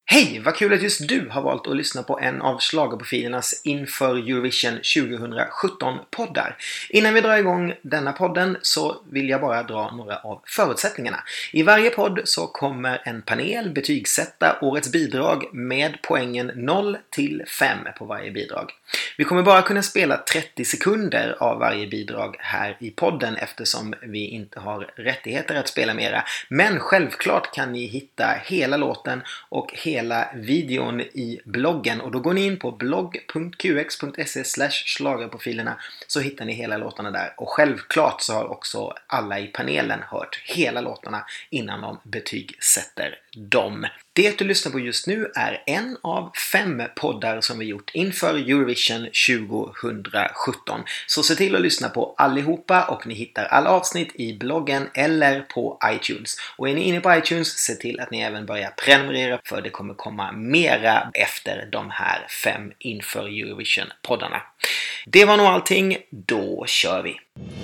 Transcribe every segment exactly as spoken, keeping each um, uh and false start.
Hej, vad kul att just du har valt att lyssna på en av Schlagerprofilernas inför Eurovision tjugosjutton-poddar. Innan vi drar igång denna podden så vill jag bara dra några av förutsättningarna. I varje podd så kommer en panel betygsätta årets bidrag med poängen noll till fem på varje bidrag. Vi kommer bara kunna spela trettio sekunder av varje bidrag här i podden eftersom vi inte har rättigheter att spela mera. Men självklart kan ni hitta hela låten och hela hela videon i bloggen, och då går ni in på blogg punkt q x punkt se slash schlagerprofilerna så hittar ni hela låtarna där. Och självklart så har också alla i panelen hört hela låtarna innan de betygsätter dem. Det du lyssnar på just nu är en av fem poddar som vi gjort inför Eurovision tjugosjutton. Så se till att lyssna på allihopa och ni hittar alla avsnitt i bloggen eller på iTunes. Och är ni inne på iTunes, se till att ni även börjar prenumerera för det kommer komma mera efter de här fem inför Eurovision-poddarna. Det var nog allting, då kör vi!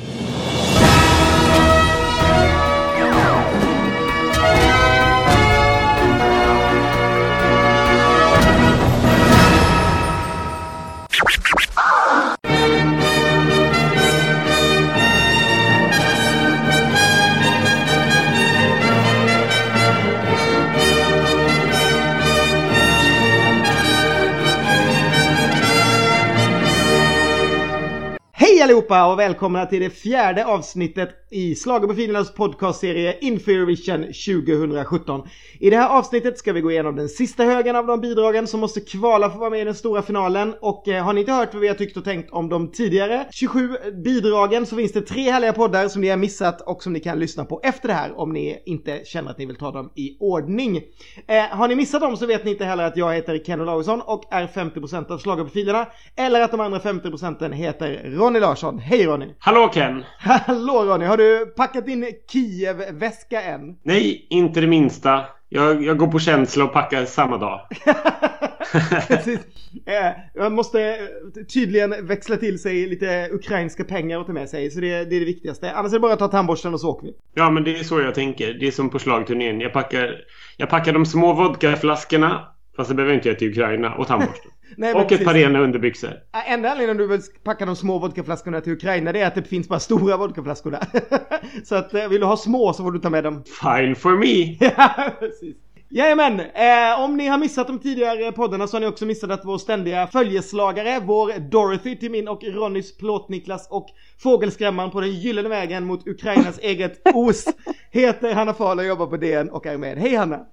Hej allihopa och välkomna till det fjärde avsnittet i Schlagerprofilernas podcastserie inför Eurovision tjugosjutton. I det här avsnittet ska vi gå igenom den sista högen av de bidragen som måste kvala för att vara med i den stora finalen. Och eh, har ni inte hört vad vi har tyckt och tänkt om de tidigare tjugosju bidragen så finns det tre härliga poddar som ni har missat och som ni kan lyssna på efter det här om ni inte känner att ni vill ta dem i ordning. Eh, har ni missat dem så vet ni inte heller att jag heter Ken Olausson och är femtio procent av Schlagerprofilerna, eller att de andra femtio procenten heter Ronny Larsson. Hej Ronny! Hallå Ken! Hallå Ronny, har du packat din Kiev-väska än? Nej, inte det minsta. Jag, jag går på känsla och packar samma dag. Precis. Jag måste tydligen växla till sig lite ukrainska pengar och ta med sig. Så det, det är det viktigaste. Annars är det bara att ta tandborsten och så åker vi. Ja, men det är så jag tänker. Det är som på slagturnén. Jag packar, jag packar de små vodkaflaskorna. Fast det behöver inte jag till Ukraina. Och tandborsten. Nej, och ett par rena underbyxor. Enda anledningen du vill packa de små vodkaflaskorna till Ukraina, det är att det finns bara stora vodkaflaskorna. Så att vill du ha små så får du ta med dem. Fine for me. Ja, precis. Jajamän, eh, om ni har missat de tidigare poddarna så har ni också missat att vår ständiga följeslagare, vår Dorothy till min och Ronnys Plåtniklas och fågelskrämman på den gyllene vägen mot Ukrainas eget os heter Hanna Fahl och jobbar på D N och är med. Hej Hanna!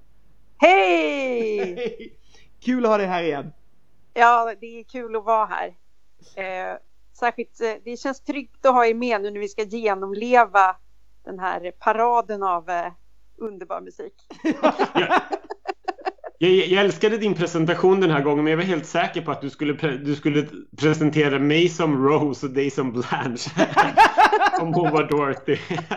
Hej! Kul att ha dig här igen. Ja, det är kul att vara här. Eh, särskilt, eh, det känns tryggt att ha er med nu när vi ska genomleva den här paraden av eh, underbar musik. Ja. Jag, jag älskade din presentation den här gången, men jag var helt säker på att du skulle, pre- du skulle presentera mig som Rose och dig som Blanche. Om hon var Dorothy.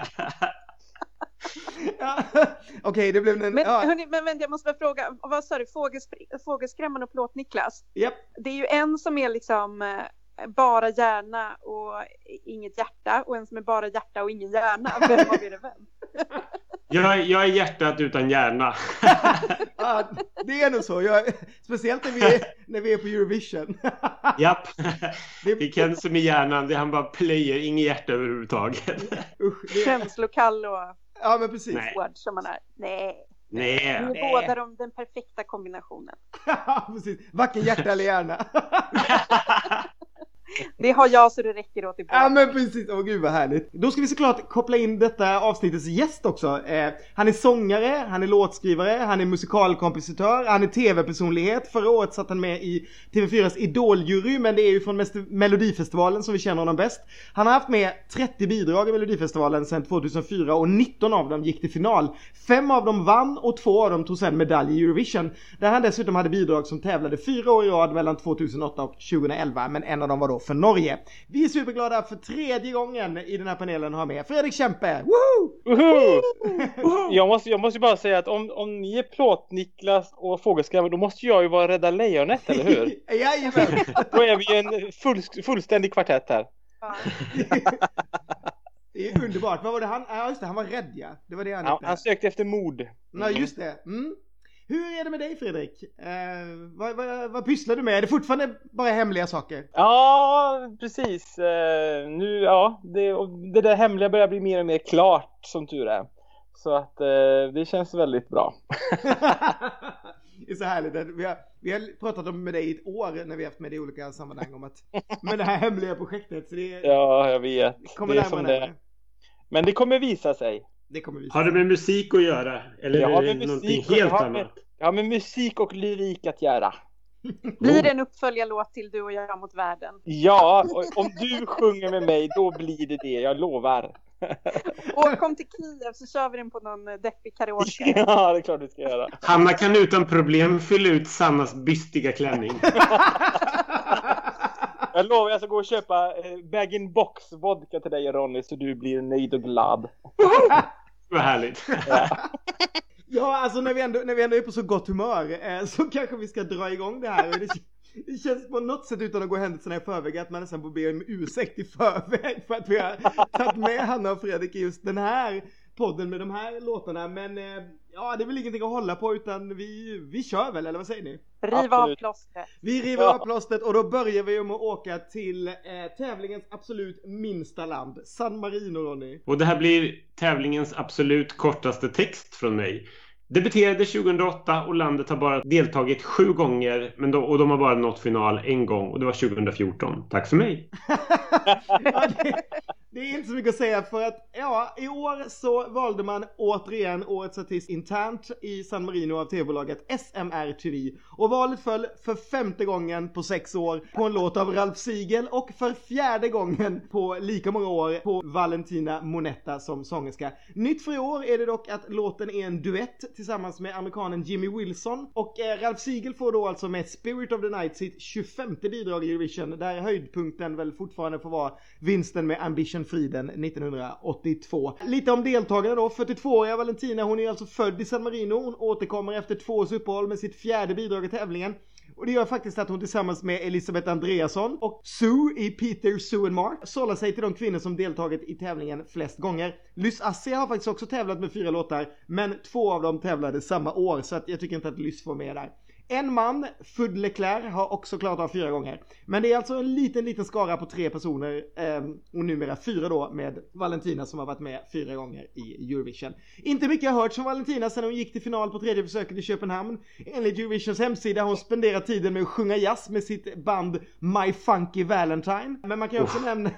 Ja. Okej, okay, det blev en... Men, ja. hörni, men vänta, jag måste bara fråga, vad sa du? Fågelspr- Fågelskrämman och Plåtniklas? Yep. Det är ju en som är liksom eh, bara hjärna och inget hjärta, och en som är bara hjärta och ingen hjärna. Vem var det vem? Jag, jag är hjärtat utan hjärna. Ja, det är nog så. Jag, speciellt när vi, är, när vi är på Eurovision. Japp. Det, det är Ken som är hjärnan. Det är han bara player, ingen hjärta överhuvudtaget. Usch, det... Känslokall och... Ja, men precis. Hård som man är. Nej. Nej. Vi är Nej. båda de, den perfekta kombinationen. Ja, precis. Varken hjärta eller hjärna. Det har jag så det räcker åt i båda. Ja, men precis. Åh gud vad härligt. Då ska vi såklart koppla in detta avsnittets gäst också. Eh, han är sångare, han är låtskrivare, han är musikalkompositör, han är tv-personlighet. Förra året satt han med i T V fyras Idoljury, men det är ju från Mest- Melodifestivalen som vi känner honom bäst. Han har haft med trettio bidrag i Melodifestivalen sedan tjugohundrafyra och nitton av dem gick till final. Fem av dem vann och två av dem tog sedan medalj i Eurovision. Där han dessutom hade bidrag som tävlade fyra år i rad mellan tjugohundraåtta och tjugoelva, men en av dem var då för Norge. Vi är superglada för tredje gången i den här panelen att ha med Fredrik Kempe. Woho! Woho! Woho! Jag måste jag måste ju bara säga att om om ni är Plåtniklas och Fågelskrämman, då måste jag ju vara Rädda Lejonet, eller hur? Jajamän. Då är vi en full, fullständig kvartett här. Det är underbart. Vad var det han? Ja, just det, han var rädd, ja. Det var det han Ja, hette. han sökte efter mod. Ja, just det. Mm. Hur Hur är det med dig, Fredrik? Eh, vad, vad, vad pysslar du med? Är det fortfarande bara hemliga saker? Ja, precis. Eh, nu, ja, det, det där hemliga börjar bli mer och mer klart, som tur är. Så att eh, det känns väldigt bra. Det är så härligt. Vi har, vi har pratat om med dig i ett år när vi har haft med dig i olika sammanhang om att med det här hemliga projektet. Så det, ja, jag vet. Det, det är som det. Men det kommer visa sig. Det kommer visa Har det med musik att göra? Eller jag har är det med någonting musik, helt jag har annat? med, jag har med musik och lyrik att göra. Blir det en uppföljarlåt till Du och jag mot världen? Ja, och om du sjunger med mig, då blir det det, jag lovar. Och kom till Kiev så kör vi den på någon deppig karaoke. Ja, det är klart du ska göra. Hanna kan utan problem fylla ut Sannas bystiga klänning. Jag lovar, jag ska gå och köpa bag-in-box vodka till dig, Ronny, så du blir nöjd och glad. Vad härligt. Ja. Ja, alltså när vi, ändå, när vi ändå är på så gott humör eh, så kanske vi ska dra igång det här. Och det, det känns på något sätt, utan att gå händelserna i förväg, att man nästan får be om ursäkt i förväg för att vi har tagit med Hanna och Fredrik i just den här podden med de här låtarna. Men eh, ja, det är väl ingenting att hålla på, utan vi, vi kör väl, eller vad säger ni? Riva av plåstret. Vi river ja. av plåstret, och då börjar vi om att åka till eh, tävlingens absolut minsta land, San Marino, Ronny. Och det här blir tävlingens absolut kortaste text från mig. Debuterade tjugohundraåtta och landet har bara deltagit sju gånger, men då, och de har bara nått final en gång, och det var tjugohundrafjorton. Tack för mig. Ja, det, det är inte så mycket att säga, för att ja, i år så valde man återigen årets artist internt i San Marino av tv-bolaget S M R T V, och valet föll för femte gången på sex år på en låt av Ralf Siegel, och för fjärde gången på lika många år på Valentina Monetta som sångerska. Nytt för i år är det dock att låten är en duett tillsammans med amerikanen Jimmy Wilson, och eh, Ralf Siegel får då alltså med Spirit of the Night sitt tjugofemte bidrag i Eurovision, där höjdpunkten väl fortfarande får vara vinsten med Ambition Friden nittonhundraåttiotvå. Lite om deltagarna då. fyrtiotvååriga Valentina, hon är alltså född i San Marino. Hon återkommer efter två års uppehåll med sitt fjärde bidrag i tävlingen. Och det gör faktiskt att hon tillsammans med Elisabeth Andreasson och Sue i Peter, Sue and Mark sållar sig till de kvinnor som deltagit i tävlingen flest gånger. Lys Assia har faktiskt också tävlat med fyra låtar, men två av dem tävlade samma år, så att jag tycker inte att Lys får med där. En man, Fud Leclerc, har också klarat av fyra gånger. Men det är alltså en liten, liten skara på tre personer. Eh, och numera fyra då med Valentina som har varit med fyra gånger i Eurovision. Inte mycket har hört som Valentina sedan hon gick till final på tredje försöket i Köpenhamn. Enligt Eurovisions hemsida har hon spenderat tiden med att sjunga jazz med sitt band My Funky Valentine. Men man kan ju också oh. nämna...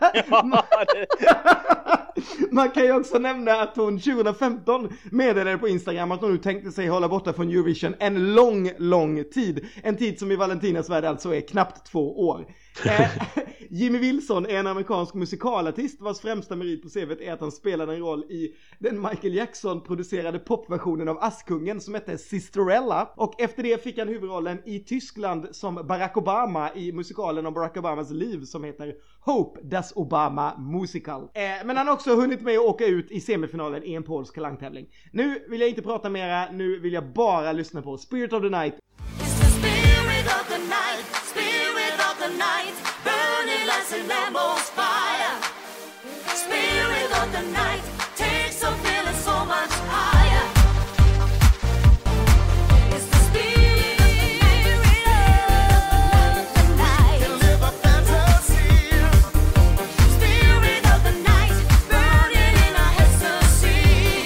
Man kan ju också nämna att hon tjugohundrafemton meddelade på Instagram att hon nu tänkte sig hålla borta från Eurovision en lång, lång tid. En tid som i Valentinas värld alltså är knappt två år. Eh, Jimmy Wilson är en amerikansk musikalartist vars främsta merit på C V:t är att han spelade en roll i den Michael Jackson producerade popversionen av Askungen som hette Sisterella, och efter det fick han huvudrollen i Tyskland som Barack Obama i musikalen om Barack Obamas liv som heter Hope Das Obama Musical. Eh, men han har också hunnit med att åka ut i semifinalen i en polsk talangtävling. Nu vill jag inte prata mera, nu vill jag bara lyssna på Spirit of the Night. It's the spirit of the night, spirit of the night, burning like a Lambo's fire. Spirit of the night, takes a feeling so much higher. It's the spirit of the night, can live a fantasy. Spirit of the night, burning in a ecstasy.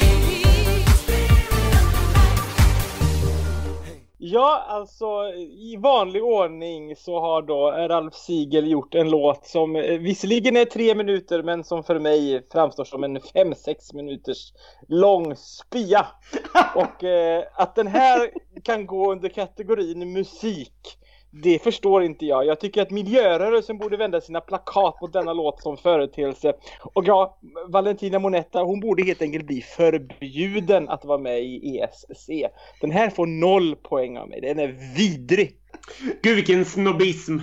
Ja, alltså i vanlig ordning så har då Ralf Siegel gjort en låt som eh, visserligen är tre minuter, men som för mig framstår som en fem sex minuters lång spya. Och eh, att den här kan gå under kategorin musik, det förstår inte jag. Jag tycker att miljörörelsen borde vända sina plakat mot denna låt som företeelse. Och ja, Valentina Monetta, hon borde helt enkelt bli förbjuden att vara med i E S C. Den här får noll poäng av mig. Den är vidrig. Gud, vilken snobbism.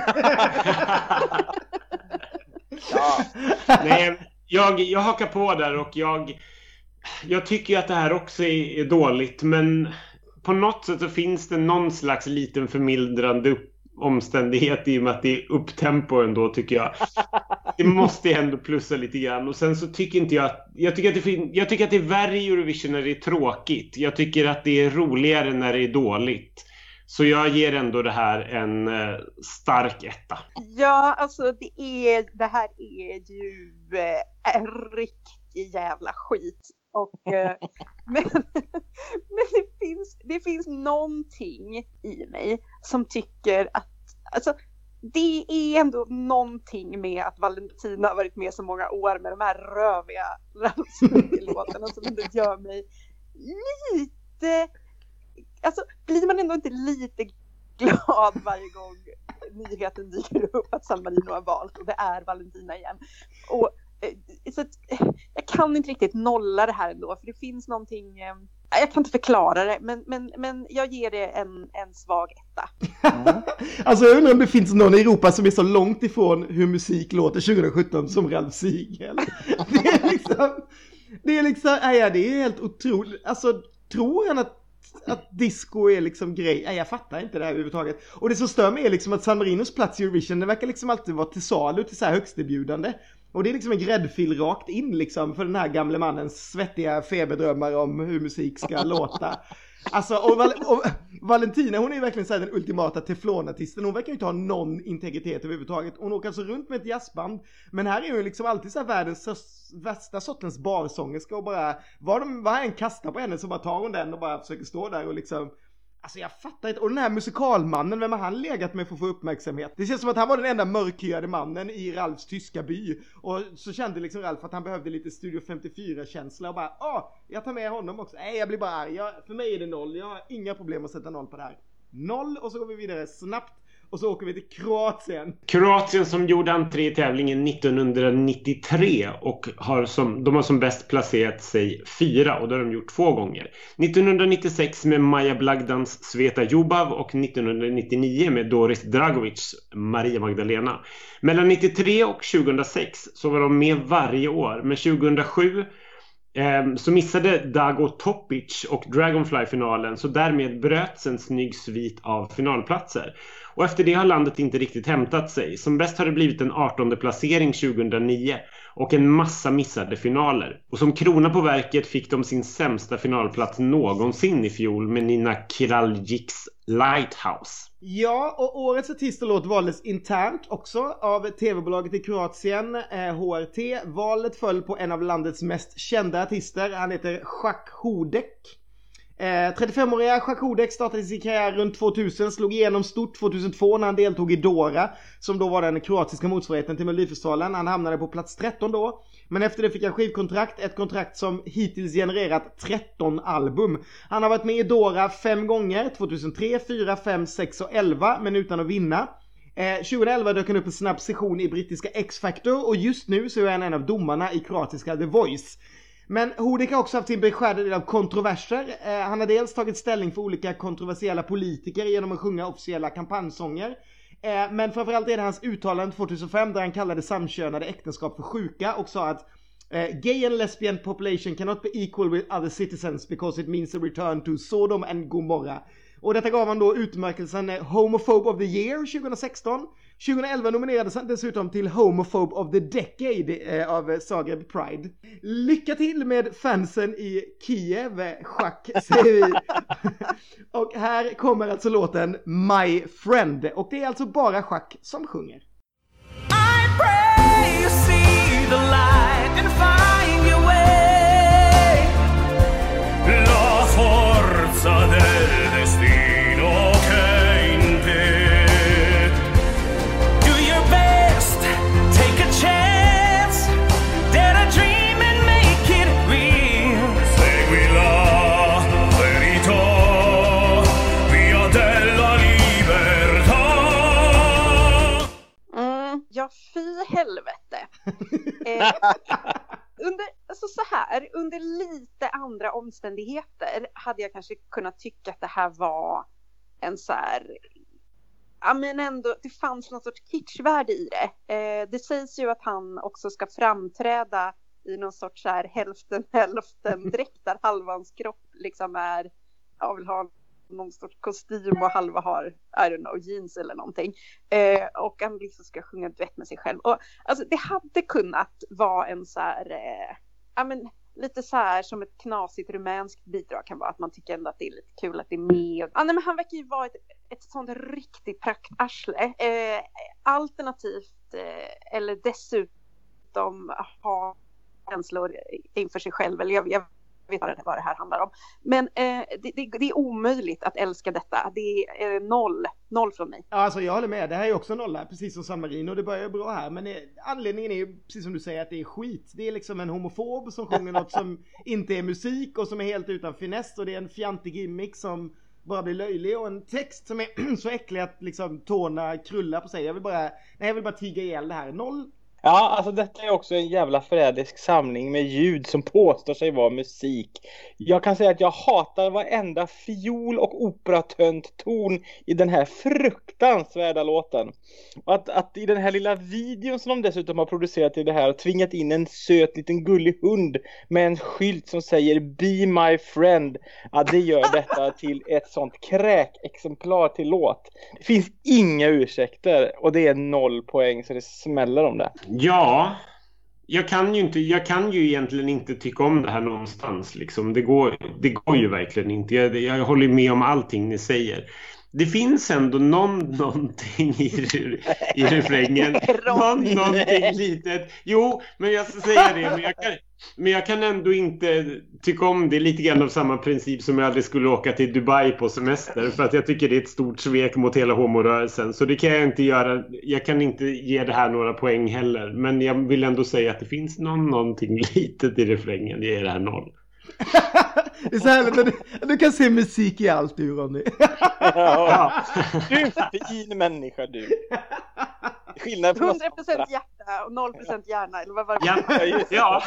Ja. Nej, jag, jag hakar på där, och jag, jag tycker att det här också är, är dåligt, men på något sätt så finns det någon slags liten förmildrande omständighet i och med att det är upptempo ändå, tycker jag. det måste jag ändå plussa lite grann. Och sen så tycker inte jag att jag tycker att det fin- jag tycker att det är värre i Eurovision när det är tråkigt. Jag tycker att det är roligare när det är dåligt. Så jag ger ändå det här en eh, stark etta. Ja, alltså det är det här är ju eh, en riktig jävla skit. Och, eh, men men det, finns, det finns någonting i mig som tycker att alltså, det är ändå någonting med att Valentina har varit med så många år med de här röviga låtarna som ändå gör mig lite, alltså blir man ändå inte lite glad varje gång nyheten dyker upp att San Marino har valt och det är Valentina igen. Och så att, jag kan inte riktigt nolla det här ändå, för det finns någonting, jag kan inte förklara det, men, men, men jag ger det en, en svag etta. Mm. Alltså jag undrar om det finns någon i Europa som är så långt ifrån hur musik låter tjugo sjutton som Ralf Siegel. Det är liksom, det är liksom, ja, det är helt otroligt. Alltså tror han att att disco är liksom grej. Nej, jag fattar inte det här överhuvudtaget. Och det som stör mig är liksom att San Marinos plats i Eurovision, det verkar liksom alltid vara till salu, till så här högstebjudande. Och det är liksom en gräddfil rakt in liksom för den här gamle mannens svettiga feberdrömmar om hur musik ska låta. Alltså, och, Val- och Valentina, hon är ju verkligen så här den ultimata teflonartisten. Hon verkar ju inte ha någon integritet överhuvudtaget. Hon åker alltså runt med ett jazzband. Men här är hon liksom alltid så här världens så, värsta sortens barsångerska. Och bara, vad de vad en kastar på henne så bara tar hon den och bara försöker stå där och liksom... Alltså jag fattar inte. Och den här musikalmannen, vem har han legat med för att få uppmärksamhet? Det känns som att han var den enda mörkhyade mannen i Ralfs tyska by. Och så kände liksom Ralf att han behövde lite Studio femtiofyra-känsla. Och bara, åh, jag tar med honom också. Nej, jag blir bara arg. Jag, för mig är det noll. Jag har inga problem att sätta noll på det här. Noll, och så går vi vidare snabbt. Och så åker vi till Kroatien. Kroatien som gjorde entré i tävlingen nittonhundranittiotre och har som, de har som bäst placerat sig fyra, och det har de gjort två gånger. nittonhundranittiosex med Maja Blagdans Sveta Ljubav och nittonhundranittionio med Doris Dragovic Maria Magdalena. Mellan nittiotre och tjugohundrasex så var de med varje år, men tjugohundrasju eh, så missade Dago Topic och Dragonfly-finalen, så därmed bröts en snygg svit av finalplatser. Och efter det har landet inte riktigt hämtat sig. Som bäst har det blivit en artonde placering tjugohundranio och en massa missade finaler. Och som krona på verket fick de sin sämsta finalplats någonsin i fjol med Nina Kraljiks Lighthouse. Ja, och årets artistlåt valdes internt också av tv-bolaget i Kroatien, eh, H R T. Valet föll på en av landets mest kända artister. Han heter Jacques Houdek. Eh, trettiofemåriga Jacques Houdek startade sin karriär runt tvåtusen, slog igenom stort tvåtusentvå när han deltog i Dora, som då var den kroatiska motsvarigheten till Melodifestivalen. Han hamnade på plats tretton då, men efter det fick han skivkontrakt, ett kontrakt som hittills genererat tretton album. Han har varit med i Dora fem gånger, tvåtusentre, fyra, fem, sex och elva, men utan att vinna. Eh, tjugoelva dök han upp en snabb session i brittiska X-Factor, och just nu så är han en av domarna i kroatiska The Voice. Men Houdek har också haft sin beskärda del av kontroverser. Eh, han har dels tagit ställning för olika kontroversiella politiker genom att sjunga officiella kampanjsånger. Eh, men framförallt är det hans uttalande tvåtusenfem där han kallade samkönade äktenskap för sjuka och sa att eh, gay and lesbian population cannot be equal with other citizens because it means a return to Sodom and Gomorrah. Och detta gav han då utmärkelsen Homophobe of the Year tjugohundrasexton. tjugoelva nominerades han dessutom till Homophobe of the Decade eh, av Zagreb Pride. Lycka till med fansen i Kiev, Jacques, säger vi. Och här kommer alltså låten My Friend. Och det är alltså bara Jacques som sjunger. I pray you see the light and find your way. La forza del destino che in te. Do your best, take a chance, dare a dream and make it real. Segui la verità, via della libertà. Mm, ja, fy helvete. Eh, under, alltså så här, under lite andra omständigheter hade jag kanske kunnat tycka att det här var en så här, ja men ändå, det fanns någon sorts kitschvärde i det. Eh, det sägs ju att han också ska framträda i någon sorts så här hälften hälften dräkt där halva hans kropp liksom är, jag vill ha någon sorts kostym och halva har, I don't know, jeans eller någonting. Eh, och han liksom ska sjunga duett med sig själv. Och alltså det hade kunnat vara en så här, eh, ja men lite så här som ett knasigt rumänskt bidrag kan vara. Att man tycker ändå att det är lite kul att det är med. Ja, nej, men han verkar ju vara ett, ett sånt riktigt praktarsle. Eh, alternativt, eh, eller dessutom ha känslor inför sig själv. Eller jag, jag vet inte vad det här handlar om. Men eh, det, det, det är omöjligt att älska detta. Det är eh, noll. Noll från mig. Ja, alltså jag håller med. Det här är också nolla, precis som San Marino. Det börjar bra här. Men eh, anledningen är ju, precis som du säger, att det är skit. Det är liksom en homofob som sjunger något som inte är musik och som är helt utan finess. Och det är en fjantig gimmick som bara blir löjlig. Och en text som är så äcklig att liksom tårna krullar på sig. Jag vill bara, nej, jag vill bara tiga ihjäl det här. Noll. Ja, alltså detta är också en jävla förrädisk samling med ljud som påstår sig vara musik. Jag kan säga att jag hatar varenda fiol och operatönt ton i den här fruktansvärda låten. Och att, att i den här lilla videon som de dessutom har producerat i det här och tvingat in en söt liten gullig hund med en skylt som säger Be my friend. Ja, det gör detta till ett sånt kräkexemplar till låt. Det finns inga ursäkter och det är noll poäng så det smäller om det. Ja, jag kan ju inte, jag kan ju egentligen inte tycka om det här någonstans liksom. Det går, det går ju verkligen inte. Jag, jag håller med om allting ni säger. Det finns ändå någon, någonting i, i refrängen. Någon, någonting litet. Jo, men jag ska säga det. Men jag, kan, men jag kan ändå inte tycka om det. Lite grann av samma princip som jag aldrig skulle åka till Dubai på semester. För att jag tycker det är ett stort svek mot hela homorörelsen. Så det kan jag inte göra. Jag kan inte ge det här några poäng heller. Men jag vill ändå säga att det finns någon, någonting litet i refrängen. Det är det här noll. Det är så här, du, du kan se musik i allt du, Ronny. Ja. Du är en fin människa, du. Skillnad på hundra procent hjärta och noll procent hjärna. Eller vad var det? Ja, ja.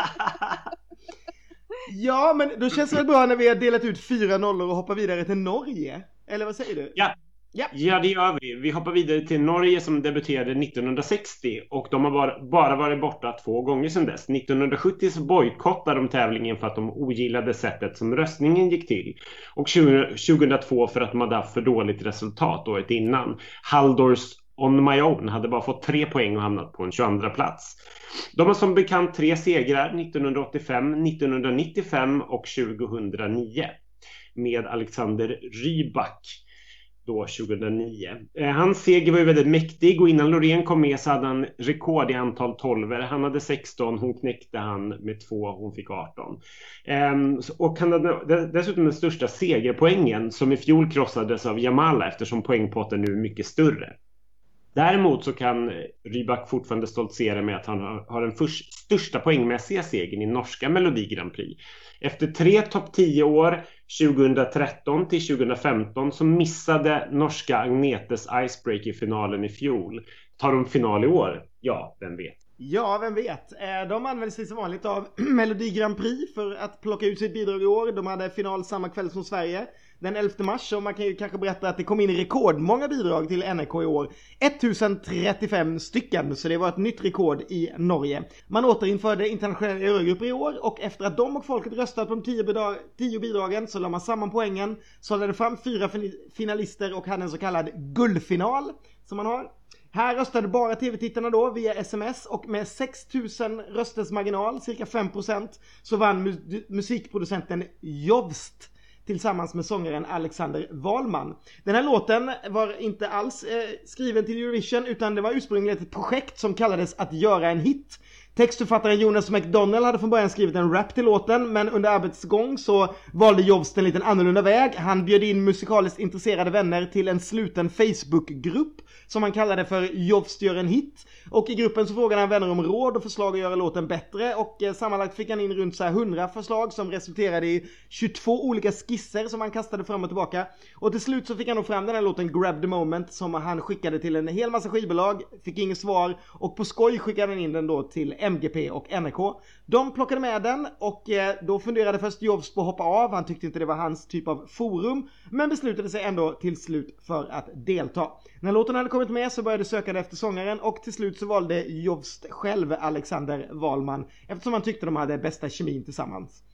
Ja, men då känns det bra när vi har delat ut fyra nollor och hoppar vidare till Norge. Eller vad säger du? Ja. Ja. Ja, det gör vi. Vi hoppar vidare till Norge som debuterade nittonhundrasextio och de har bara varit borta två gånger sedan dess. nittonhundrasjuttio så bojkottade de tävlingen för att de ogillade sättet som röstningen gick till. Och tjugohundratvå för att de hade haft för dåligt resultat året innan. Haldors On My Own hade bara fått tre poäng och hamnat på en tjugoandra plats. De har som bekant tre segrar nittonhundraåttiofem, nittonhundranittiofem och tjugohundranio med Alexander Rybak. Då tjugohundranio. Eh, hans seger var ju väldigt mäktig och innan Loreen kom med så hade han rekord i antal tolver. Han hade sexton, hon knäckte han med två, hon fick arton. Eh, och han hade dessutom den största segerpoängen som i fjol krossades av Jamala eftersom poängpotten nu är mycket större. Däremot så kan Rybak fortfarande stoltsera med att han har den först, största poängmässiga segern i norska Melodi Grand Prix. Efter tre topp tio år, tjugohundratretton till tjugohundrafemton, så missade norska Agnetes Icebreaker-finalen i fjol. Tar de final i år? Ja, vem vet. Ja, vem vet. De använder sig som vanligt av Melodi Grand Prix för att plocka ut sitt bidrag i år. De hade final samma kväll som Sverige, den elfte mars, och man kan ju kanske berätta att det kom in rekordmånga bidrag till N R K i år. ettusentrettiofem stycken, så det var ett nytt rekord i Norge. Man återinförde internationella eurogrupper i år och efter att de och folket röstat på de tio, bidrag, tio bidragen så la man samman poängen, sållade fram fyra finalister och hade en så kallad guldfinal som man har. Här röstade bara tv-tittarna då via sms och med sex tusen rösters marginal, cirka fem procent, så vann mu- musikproducenten Jovst tillsammans med sångaren Alexander Wahlman. Den här låten var inte alls eh, skriven till Eurovision utan det var ursprungligen ett projekt som kallades Att göra en hit. Textförfattaren Jonas McDonnell hade från början skrivit en rap till låten, men under arbetets gång så valde Jobst en liten annorlunda väg. Han bjöd in musikaliskt intresserade vänner till en sluten Facebookgrupp som han kallade för Jobst gör en hit. Och i gruppen så frågade han vänner om råd och förslag att göra låten bättre, och eh, sammanlagt fick han in runt så här hundra förslag som resulterade i tjugotvå olika skisser som han kastade fram och tillbaka. Och till slut så fick han nog fram den här låten Grab the Moment som han skickade till en hel massa skivbolag, fick inget svar, och på skoj skickade han in den då till M G P och N R K. De plockade med den och eh, då funderade först Jobst på att hoppa av. Han tyckte inte det var hans typ av forum, men beslutade sig ändå till slut för att delta. När låten hade kommit med så började söka efter sångaren, och till slut så valde Jobst själv Alexander Wahlman eftersom han tyckte de hade bästa kemin tillsammans.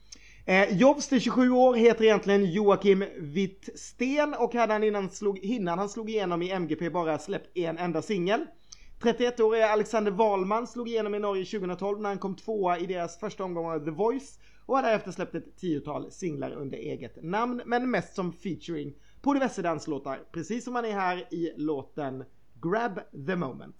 Eh, Jobs till tjugosju år heter egentligen Joakim Wittsten och hade han innan, slog, innan han slog igenom i M G P bara släppt en enda singel. trettioett-åriga Alexander Wahlman slog igenom i Norge tjugohundratolv när han kom tvåa i deras första omgång av The Voice och har därefter släppt ett tiotal singlar under eget namn, men mest som featuring på diverse danslåtar, precis som han är här i låten Grab the Moment.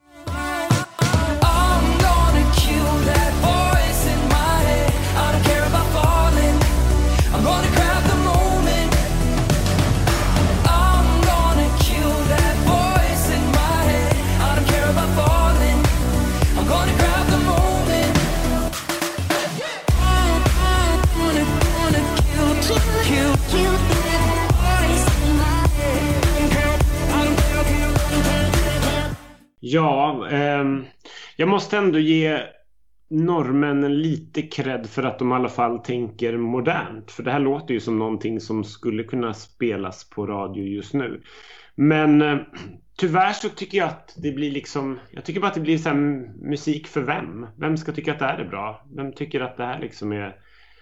Ja, eh, jag måste ändå ge norrmännen lite cred för att de i alla fall tänker modernt. För det här låter ju som någonting som skulle kunna spelas på radio just nu. Men eh, tyvärr så tycker jag att det blir liksom... Jag tycker bara att det blir så här musik för vem? Vem ska tycka att det här är bra? Vem tycker att det här liksom är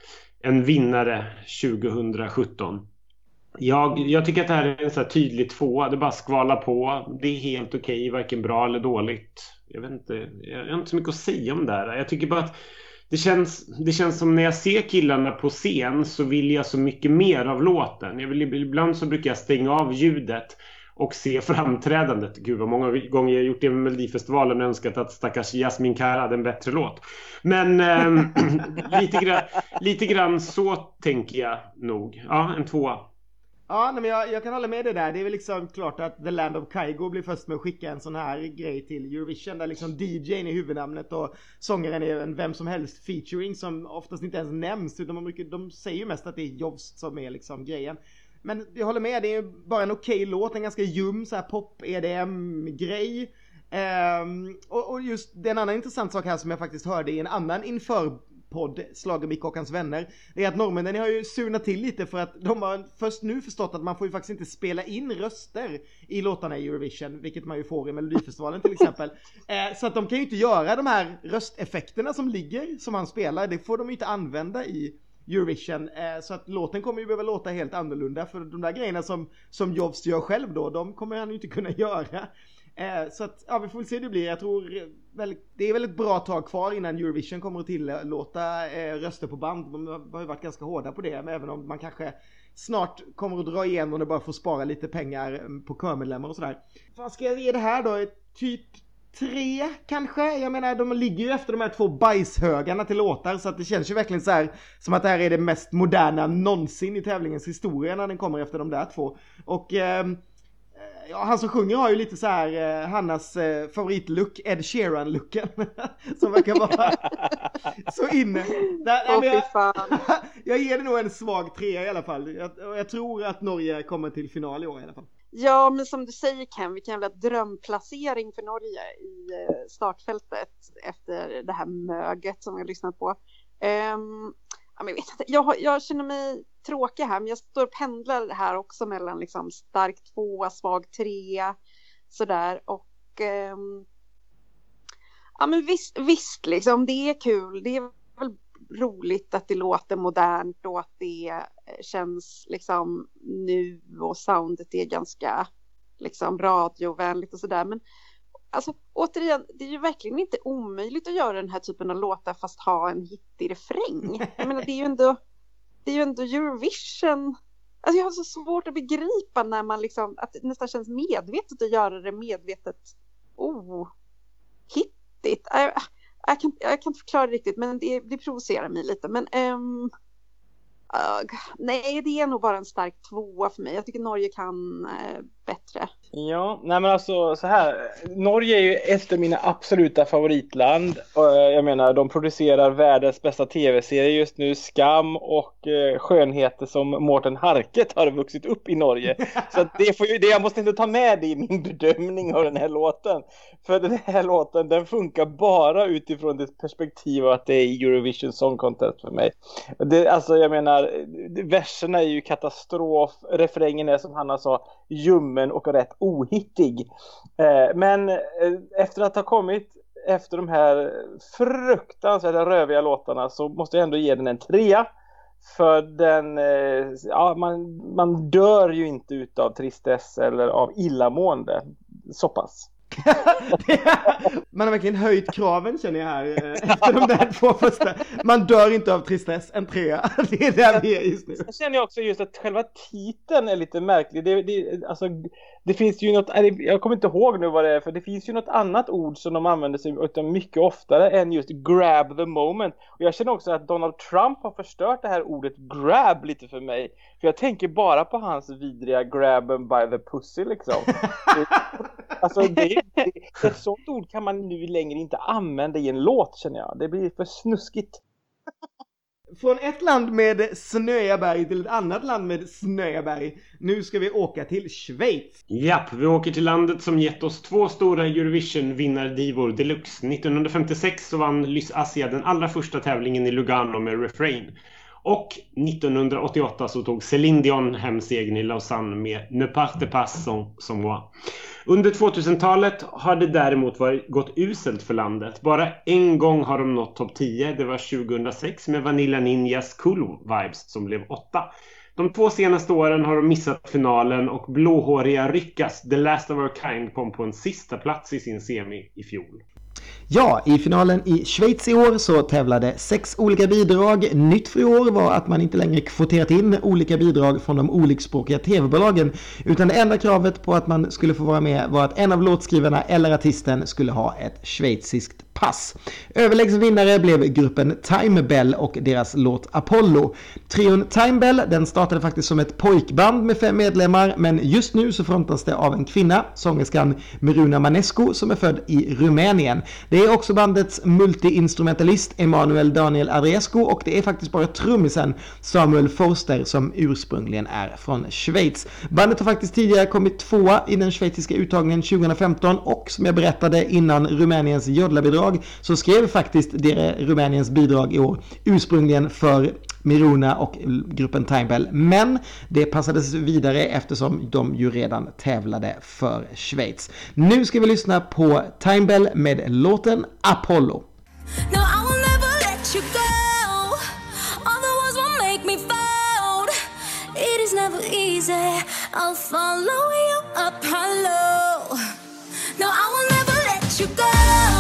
en vinnare tjugosjutton? Jag, jag tycker att det här är en så här tydlig tvåa. Det bara skvala på. Det är helt okej, varken bra eller dåligt. Jag vet inte, jag har inte så mycket att säga om det här. Jag tycker bara att det känns, det känns som när jag ser killarna på scen så vill jag så mycket mer av låten. Jag vill, ibland så brukar jag stänga av ljudet och se framträdandet. Gud vad många gånger jag har gjort det med Melodifestivalen och önskat att stackars Jasmin Kara hade en bättre låt. Men eh, lite, grann, lite grann så tänker jag nog. Ja, en tvåa. Ja, men jag, jag kan hålla med det där. Det är väl liksom klart att The Land of Kygo blir först med att skicka en sån här grej till Eurovision där liksom D J:n är huvudnamnet och sångaren är en vem som helst featuring som oftast inte ens nämns, utan de, de säger ju mest att det är Jobs som är liksom grejen. Men jag håller med, det är ju bara en okej låt, en ganska ljum så här pop-E D M-grej. Um, och, och just det är en annan intressant sak här som jag faktiskt hörde i en annan inför podd Schlagermick och hans vänner, det är att norrmännen har ju sunat till lite för att de har först nu förstått att man får ju faktiskt inte spela in röster i låtarna i Eurovision, vilket man ju får i Melodifestivalen till exempel. Eh, så att de kan ju inte göra de här rösteffekterna som ligger, som han spelar, det får de ju inte använda i Eurovision, eh, så att låten kommer ju behöva låta helt annorlunda, för de där grejerna som, som Jobs gör själv då, de kommer han ju inte kunna göra. Eh, så att, ja, vi får väl se hur det blir. Jag tror väl, det är väl ett bra tag kvar innan Eurovision kommer att tillåta eh, röster på band. De har ju varit ganska hårda på det, men även om man kanske snart kommer att dra igen och det bara får spara lite pengar på körmedlemmar och sådär. Vad ska jag ge det här då? Typ tre kanske? Jag menar, de ligger ju efter de här två bajshögarna till låtar, så att det känns ju verkligen så här som att det här är det mest moderna någonsin i tävlingens historia när den kommer efter de där två. Och... Eh, ja, han som sjunger har ju lite så här eh, Hannas eh, favoritlook, Ed Sheeran-looken som verkar vara så inne. Där, Åh, jag, fy fan. jag ger det nog en svag trea i alla fall. Jag, jag tror att Norge kommer till final i år i alla fall. Ja, men som du säger Ken, vilken jävla drömplacering för Norge i eh, startfältet efter det här möget som vi har lyssnat på. Um, ja, men jag, vet inte, jag, jag känner mig tråkig här, men jag står och pendlar här också mellan liksom stark två, svag tre, sådär. Och um, ja, men visst, visst liksom, det är kul, det är väl roligt att det låter modernt och att det känns liksom nu och soundet är ganska liksom radiovänligt och sådär, men alltså återigen, det är ju verkligen inte omöjligt att göra den här typen av låtar fast ha en hittig refräng. Jag menar, det är ju ändå det är ju ändå Eurovision. Alltså jag har så svårt att begripa när man liksom, att det nästan känns medvetet att göra det medvetet oh, hittigt. Jag, jag, kan, jag kan inte förklara det riktigt, men det, det provocerar mig lite. Men um, uh, nej, det är nog bara en stark tvåa för mig. Jag tycker Norge kan uh, bättre. Ja, nej men alltså så här. Norge är ju ett av mina absoluta favoritland. Jag menar, de producerar världens bästa tv-serie just nu, Skam, och eh, skönheter som Mårten Harket har vuxit upp i Norge. Så att det får ju, det, jag måste inte ta med det i min bedömning av den här låten. För den här låten, den funkar bara utifrån det perspektiv att det är Eurovision Song Contest för mig. Det, alltså jag menar, verserna är ju katastrof. Refrängen är som Hanna sa, ljummen och rätt ohittig. Eh, men eh, efter att ha kommit efter de här fruktansvärda röviga låtarna så måste jag ändå ge den en trea. För den, eh, ja, man, man dör ju inte utav tristess eller av illamående. Så pass. Man har verkligen höjt kraven, känner jag här, efter de där två första. Man dör inte av tristess, en trea. Det är där vi är just nu. Jag känner också just att själva titeln är lite märklig. Det, det, alltså, det finns ju något, jag kommer inte ihåg nu vad det är, för det finns ju något annat ord som de använder sig av mycket oftare än just grab the moment. Och jag känner också att Donald Trump har förstört det här ordet grab lite för mig. För jag tänker bara på hans vidriga grab 'em by the pussy liksom. Alltså det, det, ett sånt ord kan man nu längre inte använda i en låt, känner jag. Det blir för snuskigt. Från ett land med snöiga berg till ett annat land med snöiga berg. Nu ska vi åka till Schweiz. Japp, vi åker till landet som gett oss två stora Eurovision-vinnardivor deluxe. nittonhundrafemtiosex så vann Lys Assia den allra första tävlingen i Lugano med Refrain. Och nittonhundraåttioåtta så tog Céline Dion hem segern i Lausanne med Ne parte pas sans moi. Under tvåtusentalet har det däremot varit, gått uselt för landet. Bara en gång har de nått topp tio. Det var tjugohundrasex med Vanilla Ninjas Cool Vibes som blev åtta. De två senaste åren har de missat finalen och blåhåriga Ryckas The Last of Our Kind kom på en sista plats i sin semi i fjol. Ja, i finalen i Schweiz i år så tävlade sex olika bidrag. Nytt för i år var att man inte längre kvoterat in olika bidrag från de olikspråkiga tv-bolagen, utan det enda kravet på att man skulle få vara med var att en av låtskrivarna eller artisten skulle ha ett schweiziskt pass. Överlägsen vinnare blev gruppen Time Bell och deras låt Apollo. Trion Time Bell, den startade faktiskt som ett pojkband med fem medlemmar, men just nu så frontas det av en kvinna, sångerskan Miruna Manescu, som är född i Rumänien. Det är också bandets multiinstrumentalist Emanuel Daniel Adriescu, och det är faktiskt bara trummisen Samuel Forster som ursprungligen är från Schweiz. Bandet har faktiskt tidigare kommit tvåa i den schweiziska uttagningen tjugohundrafemton, och som jag berättade innan Rumäniens jodlabidrag så skrev faktiskt det Rumäniens bidrag i år ursprungligen för Miruna och gruppen Time Bell, men det passades vidare eftersom de ju redan tävlade för Schweiz. Nu ska vi lyssna på Time Bell med låten Apollo. No, I will never let you go. All the words won't make me fold. It is never easy. I'll follow you Apollo. No, I will never let you go.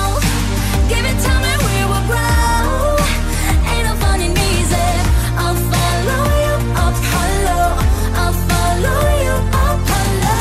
Give it time and we will grow. Ain't no fun and easy. I'll follow you Apollo. I'll follow you Apollo.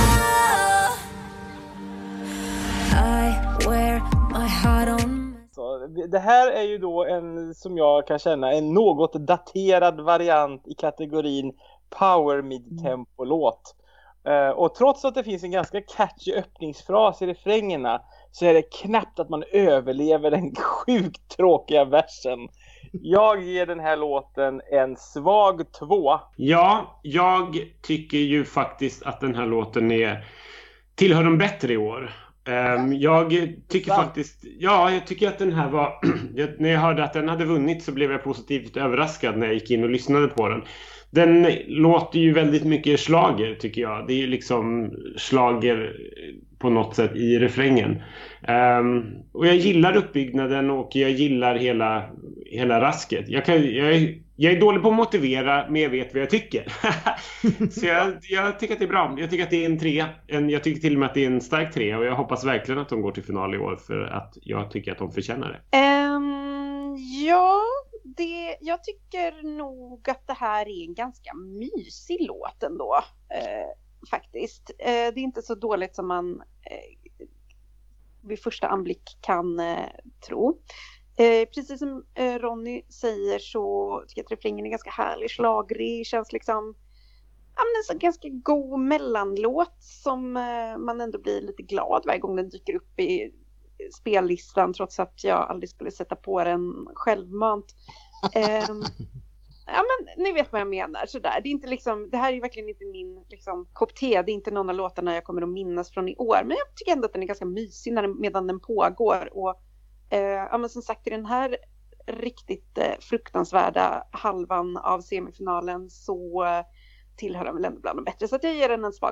I wear my heart on. Så, det här är ju då en, som jag kan känna, en något daterad variant i kategorin power mid-tempo-låt. Uh, och trots att det finns en ganska catchy öppningsfras i refrängerna så är det knappt att man överlever den sjukt tråkiga versen. Jag ger den här låten en svag två. Ja, jag tycker ju faktiskt att den här låten är tillhör de bättre i år. Um, jag tycker Va? faktiskt, ja, jag tycker att den här var, jag, när jag hörde att den hade vunnit så blev jag positivt överraskad när jag gick in och lyssnade på den. Den låter ju väldigt mycket slager, tycker jag. Det är ju liksom slager på något sätt i refrängen. Um, och jag gillar uppbyggnaden och jag gillar hela, hela rasket. Jag, kan, jag, är, jag är dålig på att motivera, men jag vet vad jag tycker. Så jag, jag tycker att det är bra. Jag tycker att det är en tre. En, jag tycker till och med att det är en stark tre. Och jag hoppas verkligen att de går till final i år, för att jag tycker att de förtjänar det. Um, ja, det, jag tycker nog att det här är en ganska mysig låt ändå. Eh, faktiskt. Eh, det är inte så dåligt som man eh, vid första anblick kan eh, tro. Eh, precis som eh, Ronny säger så tycker jag att refrängen är ganska härlig, slagrig, känns liksom ja, men en så ganska god mellanlåt som eh, man ändå blir lite glad varje gång den dyker upp i spellistan, trots att jag aldrig skulle sätta på den självmant. Eh, ja, men ni vet vad jag menar sådär. Det är inte liksom, det här är verkligen inte min liksom kopp te. Det är inte någon av låtarna jag kommer att minnas från i år, men jag tycker ändå att den är ganska mysig när den, medan den pågår. Och eh, ja, men som sagt, i den här riktigt eh, fruktansvärda halvan av semifinalen så eh, tillhör den väl ändå bland de bättre, så att jag ger den en svag tre.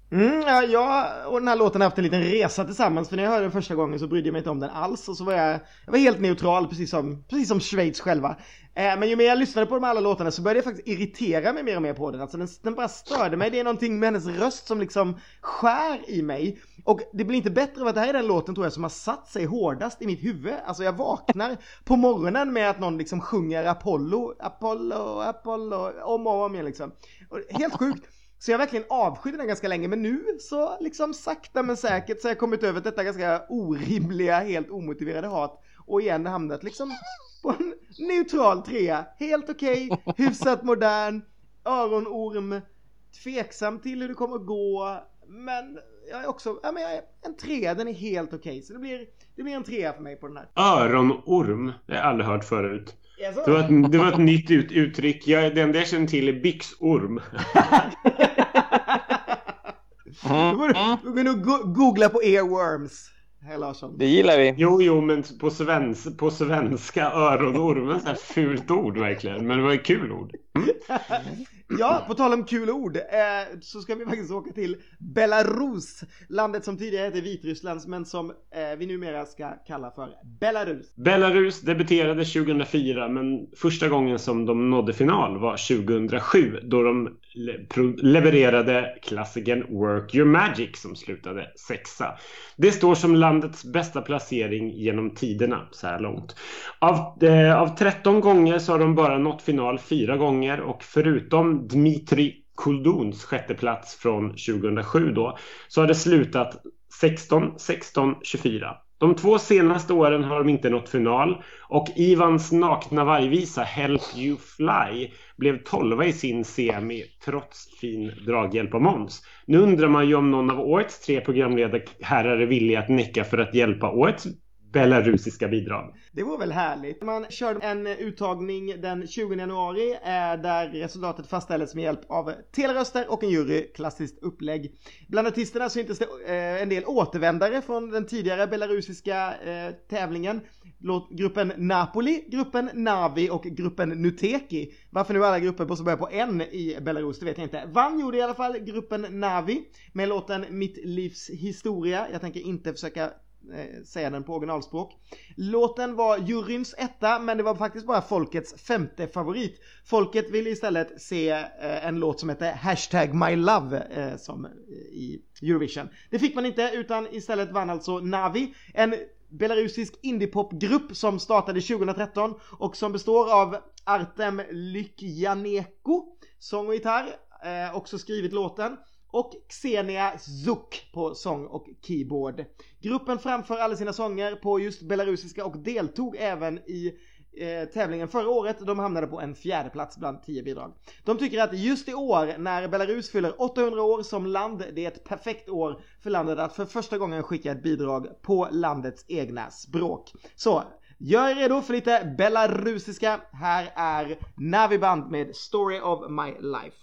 Mm, ja, jag och den här låten har haft en liten resa tillsammans. För när jag hörde den första gången så brydde jag mig inte om den alls. Och så var jag, jag var helt neutral, precis som, precis som Schweiz själva. eh, Men ju mer jag lyssnade på de alla låtarna så började jag faktiskt irritera mig mer och mer på den. Alltså den, den bara störde mig. Det är någonting med hennes röst som liksom skär i mig. Och det blir inte bättre av att det här är den låten, tror jag, som har satt sig hårdast i mitt huvud. Alltså jag vaknar på morgonen med att någon liksom sjunger Apollo, Apollo, Apollo om och om igen liksom. Och helt sjukt. Så jag verkligen avskydde den ganska länge. Men nu så liksom sakta men säkert så har jag kommit över detta ganska orimliga, helt omotiverade hat. Och igen hamnat liksom på en neutral trea. Helt okej, okay, hyfsat modern, öronorm, tveksam till hur det kommer att gå. Men jag är också, ja men jag är en trea, den är helt okej. Okay. Så det blir, det blir en trea för mig på den här. Öronorm, det har jag aldrig hört förut. Det var, ett, det var ett nytt ut, uttryck. Jag, det enda jag känner till är byxorm. Du kan nog go- googla på earworms. Hej Larsson. Det gillar vi. Jo, jo, men på, svens, på svenska öronorm är ett fult ord verkligen. Men det var ett kul ord. Mm. Ja, på tal om kul ord eh, så ska vi faktiskt åka till Belarus. Landet som tidigare hette Vitryssland men som eh, vi numera ska kalla för Belarus. Belarus debuterade tjugohundrafyra, men första gången som de nådde final var tjugohundrasju, då de le- pro- levererade klassikern Work Your Magic som slutade sexa. Det står som landets bästa placering genom tiderna så här långt. Av, eh, av tretton gånger så har de bara nått final fyra gånger, och förutom Dmitri Kulduns sjätte plats från tjugohundrasju då, så har det slutat sexton, sexton, tjugofyra. De två senaste åren har de inte nått final, och Ivans nakna vargvisa Help You Fly blev tolva i sin semi trots fin draghjälp av Måns. Nu undrar man ju om någon av årets tre programledare herrar är villiga att näcka för att hjälpa årets belarusiska bidrag. Det var väl härligt. Man körde en uttagning den tjugonde januari eh, där resultatet fastställdes med hjälp av teleröster och en jury, klassiskt upplägg. Bland artisterna syntes det eh, en del återvändare från den tidigare belarusiska eh, tävlingen. Låt gruppen Napoli, gruppen Navi och gruppen Nuteki. Varför nu alla grupper måste börja på en i Belarus, det vet jag inte. Vann gjorde i alla fall gruppen Navi med låten Mitt livs historia. Jag tänker inte försöka säga den på originalspråk. Låten var juryns etta, men det var faktiskt bara folkets femte favorit. Folket ville istället se eh, en låt som heter Hashtag My Love eh, som i Eurovision. Det fick man inte, utan istället vann alltså Navi, en belarusisk indiepopgrupp som startade tjugohundratretton och som består av Artem Lykjaneko, sång och gitarr, eh, också skrivit låten, och Xenia Zuk på sång och keyboard. Gruppen framför alla sina sånger på just belarusiska och deltog även i eh, tävlingen förra året. De hamnade på en fjärde plats bland tio bidrag. De tycker att just i år, när Belarus fyller åttahundra år som land, det är ett perfekt år för landet att för första gången skicka ett bidrag på landets egna språk. Så, gör er redo för lite belarusiska. Här är Navi Band med Story of My Life.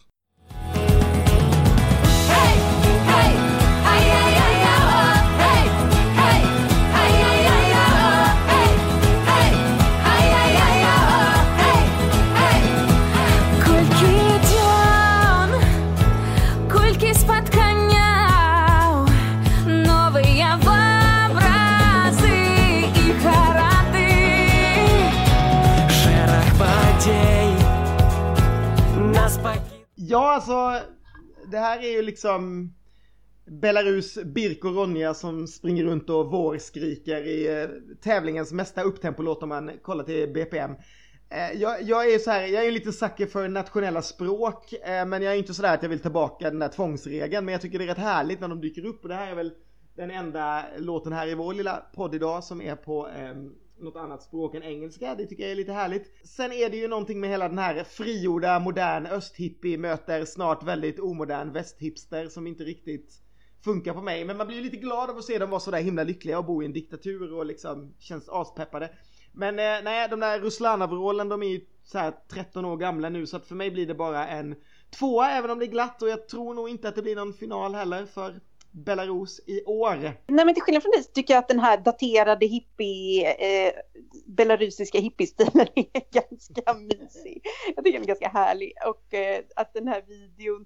Ja, alltså det här är ju liksom Belarus Birko Ronja som springer runt och vårskriker i eh, tävlingens mesta upptempolåt om man kollar till B P M. Eh, jag, jag är så här, jag är lite sucker för nationella språk, eh, men jag är inte så där att jag vill tillbaka den där tvångsregeln, men jag tycker det är rätt härligt när de dyker upp, och det här är väl den enda låten här i vår lilla podd idag som är på eh, något annat språk än engelska. Det tycker jag är lite härligt. Sen är det ju någonting med hela den här frigjorda, modern östhippie möter snart väldigt omodern västhipster som inte riktigt funkar på mig. Men man blir ju lite glad av att se dem vara så där himla lyckliga och bo i en diktatur och liksom känns aspeppade. Men eh, nej, de där Ruslanavrålen, de är ju så här tretton år gamla nu, så att för mig blir det bara en tvåa, även om det är glatt, och jag tror nog inte att det blir någon final heller för Belarus i år. Nej, men till skillnad från det tycker jag att den här daterade hippie eh, belarusiska hippiestilen är ganska mysig. Jag tycker den är ganska härlig, och eh, att den här videon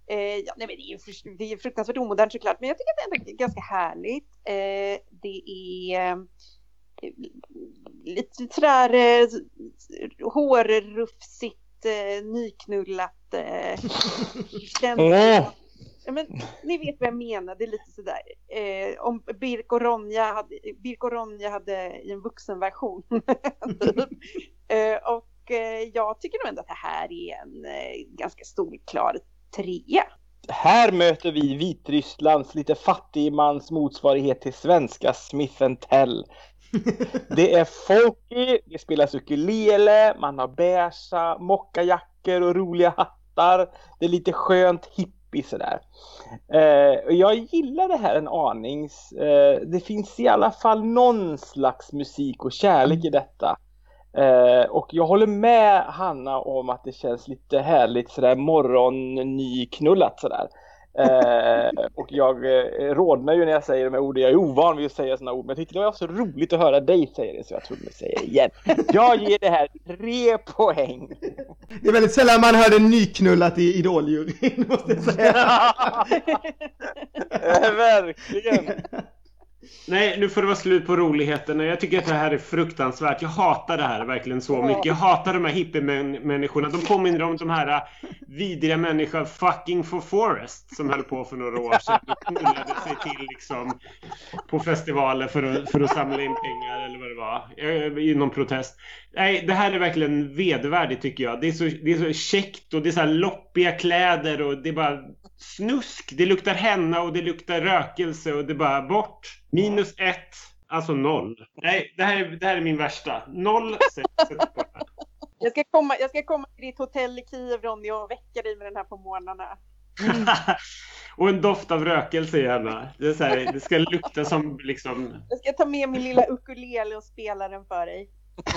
Eh, ja, nej, men det är ju för, det är fruktansvärt omodernt såklart, men jag tycker att det är ganska härligt. Eh, det är eh, lite sådär eh, hårrufsigt, eh, nyknullat. Eh, Mm. Ja, men ni vet vad jag menar, det är lite sådär. Eh, om Birk och Ronja hade, Birk och Ronja hade i en vuxenversion. typ. eh, och eh, jag tycker nog ändå att det här är en eh, ganska stor, klar trea. Här möter vi Vitrysslands lite fattigmans motsvarighet till svenska Smith and Tell. Det är folky, det spelas ukulele, man har beiga mockajackor och roliga hattar. Det är lite skönt hippie sådär. Eh, och jag gillar det här en aning. Eh, det finns i alla fall någon slags musik och kärlek i detta. Eh, och jag håller med Hanna om att det känns lite härligt sådär morgon nyknullat sådär. Eh, och jag eh, rådnar ju när jag säger de här orden. Jag är ovan vid att säga sådana ord, men jag tyckte det var så roligt att höra dig säga det, så jag trodde mig säga det igen. Jag ger det här tre poäng. Det är väldigt sällan man hör det nyknullat i Idol-juryn, måste jag säga. eh, verkligen. Nej, nu får det vara slut på roligheten. Jag tycker att det här är fruktansvärt. Jag hatar det här verkligen så mycket. Jag hatar de här hippie-människorna. De påminner om de här vidriga människorna fucking for Forest som höll på för några år sedan och knullade sig till liksom på festivaler för att, för att samla in pengar eller vad det var. I någon protest. Nej, det här är verkligen vedervärdigt tycker jag. Det är så, det är så käckt och det är så här loppiga kläder och det är bara snusk. Det luktar henna och det luktar rökelse och det är bara bort. Minus ett, alltså noll. Nej, det här är, det här är min värsta. Noll, sex, sex på det. Jag ska komma, jag ska komma till ditt hotell i Kiev, Ronny, och väcka dig med den här på morgnarna. Mm. Och en doft av rökelse gärna. Det, är så här, det ska lukta som liksom... Jag ska ta med min lilla ukulele och spela den för dig.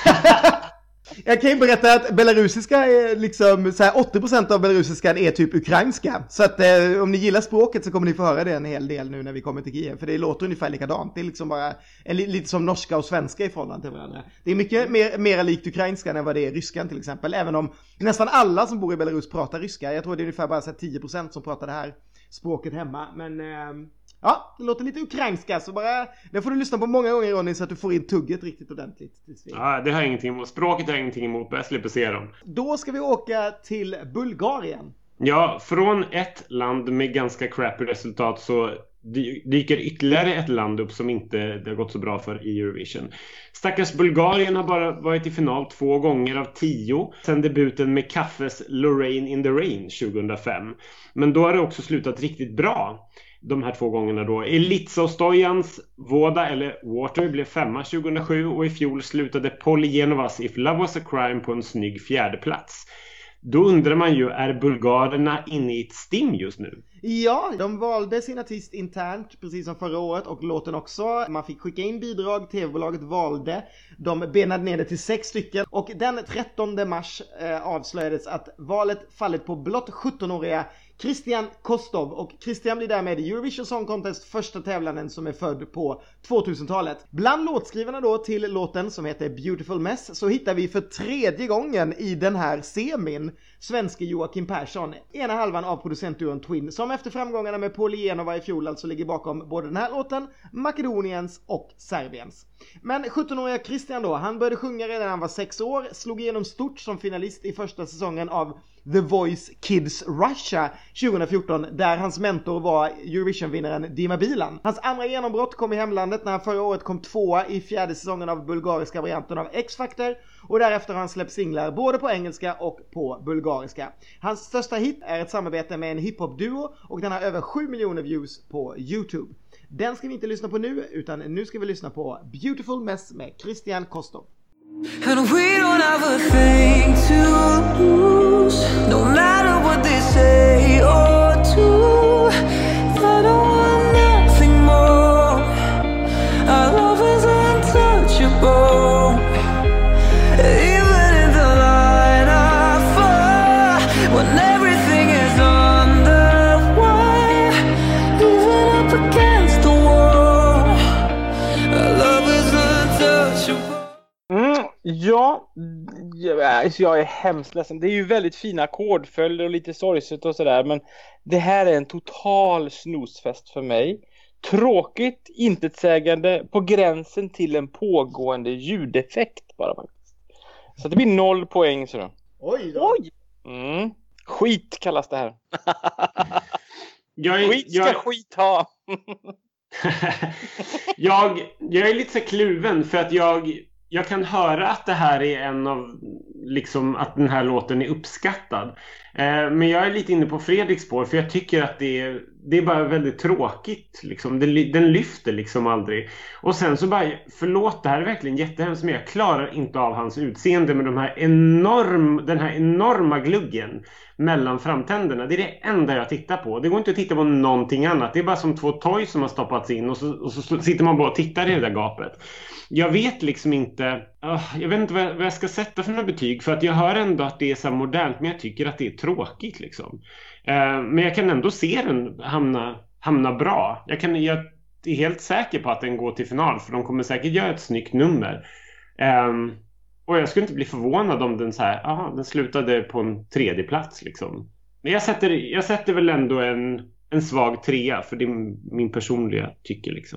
Jag kan ju berätta att belarusiska är liksom så här, åttio procent av belarusiskan är typ ukrainska. Så att eh, om ni gillar språket så kommer ni få höra det en hel del nu när vi kommer till Kiev. För det låter ungefär likadant. Det är liksom bara en, lite som norska och svenska i förhållande till varandra. Det är mycket mer, mer likt ukrainskan än vad det är ryskan till exempel. Även om nästan alla som bor i Belarus pratar ryska. Jag tror det är ungefär bara så här, tio procent som pratar det här språket hemma. Men... Eh, ja, det låter lite ukrainska, så bara det får du lyssna på många gånger, Ronny, så att du får in tugget riktigt ordentligt. Ja, det har ingenting emot. Språket har ingenting emot, jag slipper se dem. Då ska vi åka till Bulgarien. Ja, från ett land med ganska crappy resultat så dyker ytterligare ett land upp som inte det har gått så bra för i Eurovision. Stackars Bulgarien har bara varit i final två gånger av tio sedan debuten med Kaffes Lorraine in the Rain tjugohundrafem. Men då har det också slutat riktigt bra. De här två gångerna då. Elitsa och Stojans Voda eller Water blev femma tjugohundrasju och i fjol slutade Polygenovas If Love Was a Crime på en snygg fjärde plats. Då undrar man ju, är bulgarerna inne i ett stim just nu? Ja, de valde sin artist internt precis som förra året och låten också. Man fick skicka in bidrag, tv-bolaget valde. De benade ner det till sex stycken. Och den trettonde mars eh, avslöjades att valet fallit på blott sjuttonåriga Christian Kostov. Och Christian blir därmed Eurovision Song Contest första tävlanden som är född på tvåtusentalet. Bland låtskrivarna då till låten som heter Beautiful Mess så hittar vi för tredje gången i den här semin svenske Joakim Persson, ena halvan av producentduon Twin, som efter framgångarna med Polygenova i fjol alltså ligger bakom både den här låten, Makedoniens och Serbiens. Men sjuttonåriga Christian då, han började sjunga redan när han var sex år, slog igenom stort som finalist i första säsongen av The Voice Kids Russia tjugohundrafjorton, där hans mentor var Eurovision-vinnaren Dima Bilan. Hans andra genombrott kom i hemlandet när han förra året kom tvåa i fjärde säsongen av bulgariska varianten av X-Factor, och därefter har han släppt singlar både på engelska och på bulgariska. Hans största hit är ett samarbete med en hiphop-duo och den har över sju miljoner views på YouTube. Den ska vi inte lyssna på nu, utan nu ska vi lyssna på Beautiful Mess med Christian Kostov. And we don't have a thing to lose, no matter what they say or do. I don't want nothing more. Our love is untouchable. Even in the line of fire, when everything is on the wire, even up against the wall, our love is untouchable. Mm. Ja, jag är hemskt ledsen. Det är ju väldigt fina ackordföljder och lite sorgset och sådär. Men det här är en total snusfest för mig. Tråkigt, intetsägande, på gränsen till en pågående ljudeffekt bara faktiskt. Så det blir noll poäng så då. Oj då. Oj! Mm. Skit kallas det här. Jag är, Skit ska jag... skit ha. jag, jag är lite så kluven för att jag, jag kan höra att det här är en av, liksom att den här låten är uppskattad. Eh, men jag är lite inne på Fredriks spår för jag tycker att det är, det är bara väldigt tråkigt. Liksom. Den, den lyfter liksom aldrig. Och sen så bara, förlåt, det här är verkligen jättehemskt men jag klarar inte av hans utseende med de här enorm, den här enorma gluggen mellan framtänderna. Det är det enda jag tittar på. Det går inte att titta på någonting annat. Det är bara som två toys som har stoppats in och så, och så sitter man bara och tittar i det där gapet. Jag vet liksom inte uh, jag vet inte vad jag, vad jag ska sätta för några betyg för att jag hör ändå att det är så modernt men jag tycker att det är tråkigt liksom. Uh, men jag kan ändå se den hamna, hamna bra. Jag, kan, jag är helt säker på att den går till final för de kommer säkert göra ett snyggt nummer. Um, Och jag skulle inte bli förvånad om den så här, aha, den slutade på en tredje plats liksom. Men jag sätter, jag sätter väl ändå en, en svag trea för det är min personliga tycke liksom.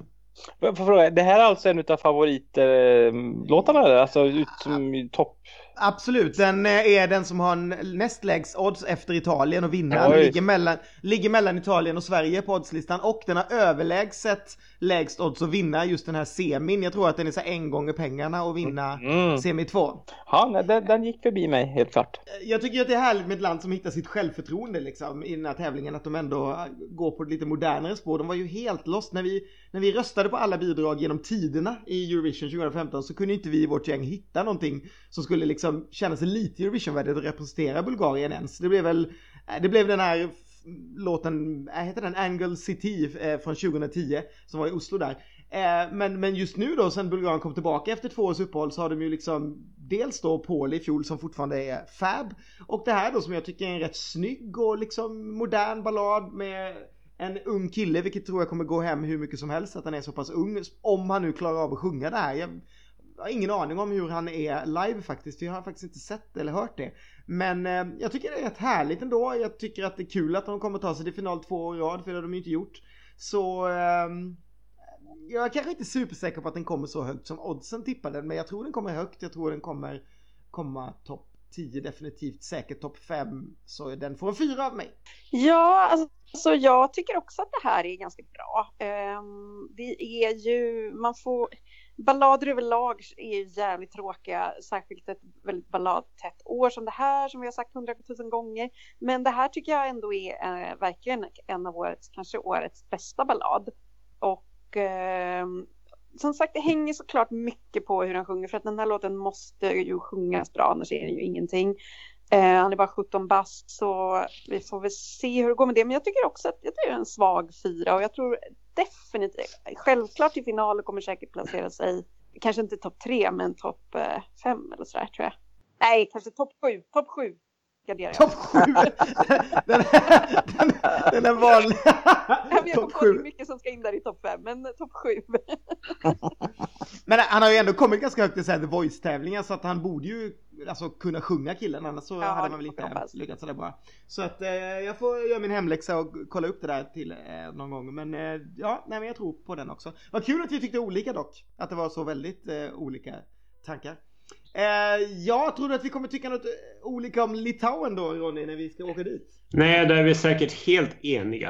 Det här är alltså en av favoritlåtarna eller? Alltså ut som topp? Absolut, den är den som har näst lägst odds efter Italien och vinna. Oj. Ligger mellan, ligger mellan Italien och Sverige på oddslistan. Och den har överlägset lägst odds att vinna just den här semin. Jag tror att den är så en gånger pengarna att vinna mm. semi två. Ja, nej, den, den gick förbi mig helt klart. Jag tycker att det är härligt med ett land som hittar sitt självförtroende liksom, i den här tävlingen. Att de ändå går på ett lite modernare spår. De var ju helt lost när vi, när vi röstade på alla bidrag genom tiderna i Eurovision tjugo femton så kunde inte vi i vårt gäng hitta någonting som skulle liksom känna sig lite Eurovision-värdigt att representera Bulgarien ens. Det blev väl det blev den här låten, heter den Angle City från tjugohundratio som var i Oslo där. Men, men just nu då, sen Bulgarien kom tillbaka efter två års uppehåll så har de ju liksom dels då Paul i fjol som fortfarande är fab och det här då som jag tycker är en rätt snygg och liksom modern ballad med en ung kille, vilket tror jag kommer gå hem hur mycket som helst att han är så pass ung om han nu klarar av att sjunga det här. Jag Jag har ingen aning om hur han är live faktiskt. För jag har faktiskt inte sett eller hört det. Men eh, jag tycker det är rätt härligt ändå. Jag tycker att det är kul att de kommer ta sig till final två år i rad. För det har de ju inte gjort. Så eh, jag är kanske inte supersäker på att den kommer så högt som oddsen tippade. Men jag tror den kommer högt. Jag tror den kommer komma topp tio definitivt. Säkert topp fem. Så den får en fyra av mig. Ja, alltså jag tycker också att det här är ganska bra. Um, det är ju, man får... Ballader överlag är ju jävligt tråkiga, särskilt ett väldigt balladtätt år som det här som vi har sagt hundratusen gånger. Men det här tycker jag ändå är eh, verkligen en av årets, kanske årets bästa ballad. Och eh, som sagt, det hänger såklart mycket på hur han sjunger för att den här låten måste ju sjungas bra, annars är det ju ingenting. Eh, han är bara sjutton bast så vi får väl se hur det går med det. Men jag tycker också att jag tycker det är en svag fyra och jag tror definitivt, självklart i finalen kommer säkert placera sig, kanske inte topp tre men topp eh, fem eller sådär tror jag. Nej, kanske topp sju, topp sju. Topp sju! den, den, den är vanlig. Jag vet inte hur mycket som ska in där i topp fem, men topp sju. Men han har ju ändå kommit ganska högt i The Voice-tävlingar så att han borde ju alltså, kunna sjunga killen, annars så ja, hade man väl inte lyckats sådär bra. Så att eh, jag får göra min hemläxa och kolla upp det där till eh, någon gång. Men eh, ja, nej, men jag tror på den också. Vad kul att vi tyckte olika dock. Att det var så väldigt eh, olika tankar. Eh, jag tror att vi kommer tycka något olika om Litauen då, Ronny, när vi ska åka dit. Nej, där är vi säkert helt eniga.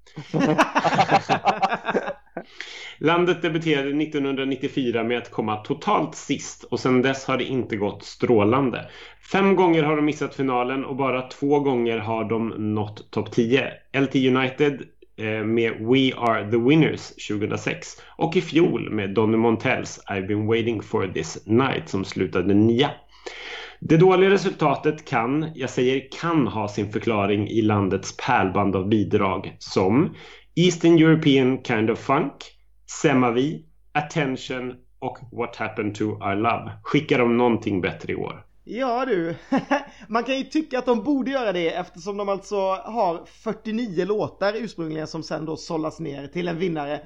Landet debuterade nittonhundranittiofyra med att komma totalt sist och sedan dess har det inte gått strålande. Fem gånger har de missat finalen och bara två gånger har de nått topp tio. L T United eh, med We Are The Winners tjugohundrasex och i fjol med Donny Montells I've Been Waiting For This Night som slutade nia. Det dåliga resultatet kan, jag säger kan ha sin förklaring i landets pärlband av bidrag som Eastern European Kind of Funk, Semavi, Attention och What Happened To Our Love. Skickar de någonting bättre i år? Ja du, man kan ju tycka att de borde göra det eftersom de alltså har fyrtionio låtar ursprungligen som sen då sållas ner till en vinnare.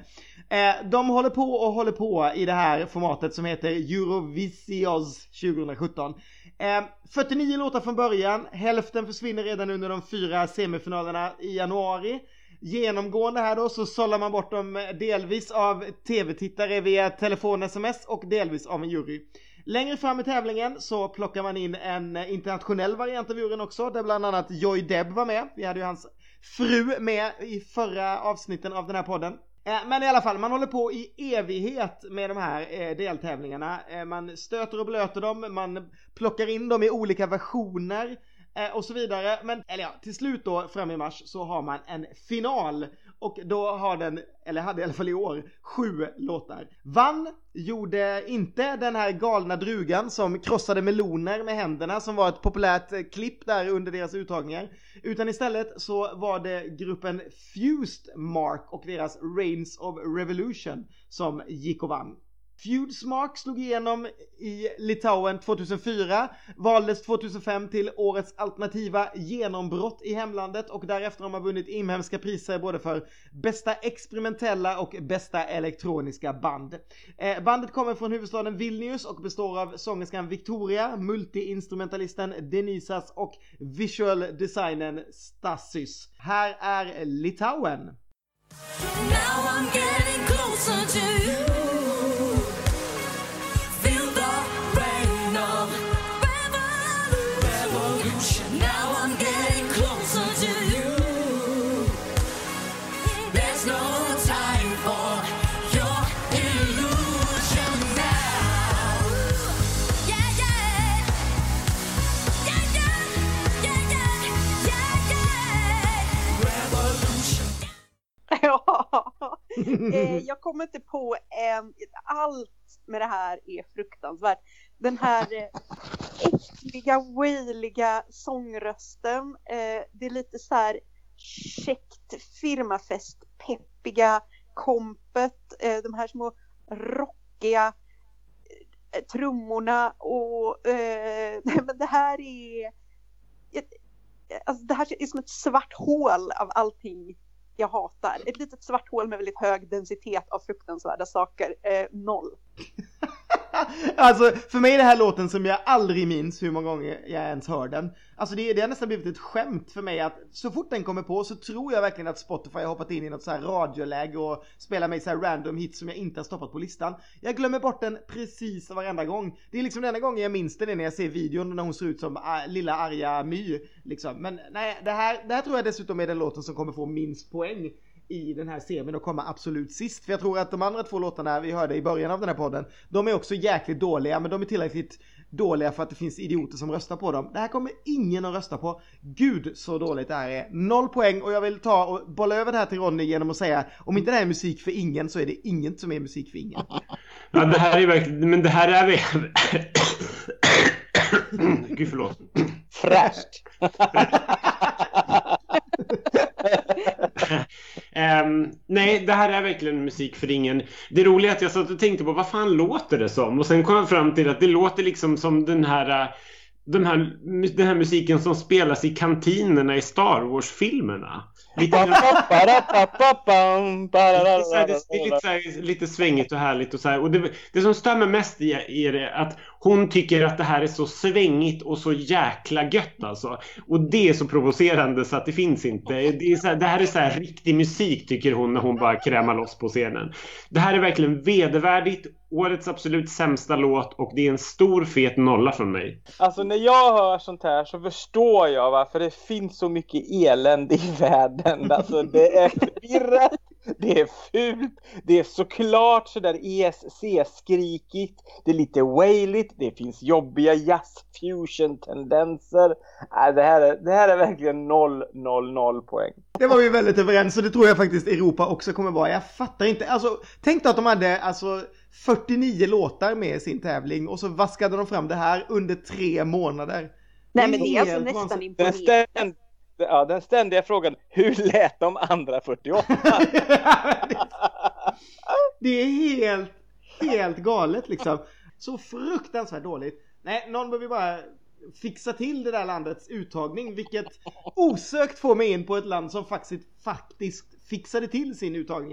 Eh, de håller på och håller på i det här formatet som heter Eurovisions tjugosjutton. Eh, fyrtionio låtar från början, hälften försvinner redan under de fyra semifinalerna i januari. Genomgående här då så sållar man bort dem delvis av tv-tittare via telefon-sms och delvis av en jury. Längre fram i tävlingen så plockar man in en internationell variant av juryn också, där bland annat Joy Deb var med. Vi hade ju hans fru med i förra avsnitten av den här podden. Men i alla fall, man håller på i evighet med de här deltävlingarna. Man stöter och blöter dem, man plockar in dem i olika versioner och så vidare. Men eller ja, till slut då fram i mars så har man en final. Och då har den, eller hade i alla fall i år, sju låtar. Vann gjorde inte den här galna drugan som krossade meloner med händerna, som var ett populärt klipp där under deras uttagningar. Utan istället så var det gruppen Fused Mark och deras Reigns of Revolution som gick och vann. Fused Mark slog igenom i Litauen tjugohundrafyra, valdes tjugohundrafem till årets alternativa genombrott i hemlandet och därefter har man vunnit inhemska priser både för bästa experimentella och bästa elektroniska band. Eh, bandet kommer från huvudstaden Vilnius och består av sångerskan Victoria, multiinstrumentalisten Denisas och visual designern Stasis. Här är Litauen. Now I'm getting closer to you. Feel the rain of revolution. Now I'm getting closer to you. There's no time for your illusion now. Yeah, yeah. Yeah, yeah. Yeah, yeah. Yeah, yeah. Revolution. Ja, eh, jag kommer inte på en, allt med det här är fruktansvärt. Den här eh, äckliga, wailiga sångrösten, eh, det är lite så här käckt firmafest, peppiga kompet, eh, de här små rockiga eh, trummorna och eh, men det här är eh, alltså det här är som ett svart hål av allting jag hatar. Ett litet svart hål med väldigt hög densitet av fruktansvärda saker. Eh, noll. Alltså för mig är det här låten som jag aldrig minns hur många gånger jag ens hör den. Alltså det, det har nästan blivit ett skämt för mig att så fort den kommer på så tror jag verkligen att Spotify har hoppat in i något så här radioläge och spelar mig så här random hits som jag inte har stoppat på listan. Jag glömmer bort den precis varenda gång. Det är liksom den enda gången jag minns den när jag ser videon när hon ser ut som äh, lilla arga My liksom. Men nej, det här, det här tror jag dessutom är den låten som kommer få minst poäng i den här serien och komma absolut sist. För jag tror att de andra två låtarna vi hörde i början av den här podden, de är också jäkligt dåliga, men de är tillräckligt dåliga för att det finns idioter som röstar på dem. Det här kommer ingen att rösta på. Gud så dåligt det här är. Noll poäng, och jag vill ta och bolla över det här till Ronny genom att säga, om inte det här är musik för ingen så är det inget som är musik för ingen. Ja, det här är verkligen, men det här är vi... Gud förlåt. Fräscht. um, nej, det här är verkligen musik för ingen. Det roliga är att jag satt och tänkte på vad fan låter det som? Och sen kom jag fram till att det låter liksom som den här, den här, den här musiken som spelas i kantinerna i Star Wars-filmerna. Lite, det är lite, så här, lite svängigt och härligt och så här. Och det, det som stör mig mest i är det att hon tycker att det här är så svängigt och så jäkla gött alltså. Och det är så provocerande så att det finns inte. Det, är så här, det här är så här riktig musik tycker hon när hon bara krämar loss på scenen. Det här är verkligen vedervärdigt. Årets absolut sämsta låt, och det är en stor fet nolla från mig. Alltså när jag hör sånt här så förstår jag varför det finns så mycket elände i världen. Alltså det är förvirrat, det är fult, det är såklart sådär E S C-skrikigt, det är lite wailigt, det finns jobbiga jazz-fusion-tendenser. Äh, det, här är, det här är verkligen noll noll noll poäng. Det var vi väldigt överens, och det tror jag faktiskt Europa också kommer vara. Jag fattar inte, alltså tänk att de hade alltså fyrtionio låtar med i sin tävling och så vaskade de fram det här under tre månader. Nej, men det är alltså nästan imponerande. Den, ständ, ja, den ständiga frågan, hur lät de andra fyrtioåtta? Det är helt, helt galet liksom. Så fruktansvärt dåligt. Nej, någon behöver bara fixa till det där landets uttagning, vilket osökt får mig in på ett land som faktiskt, faktiskt fixade till sin uttagning.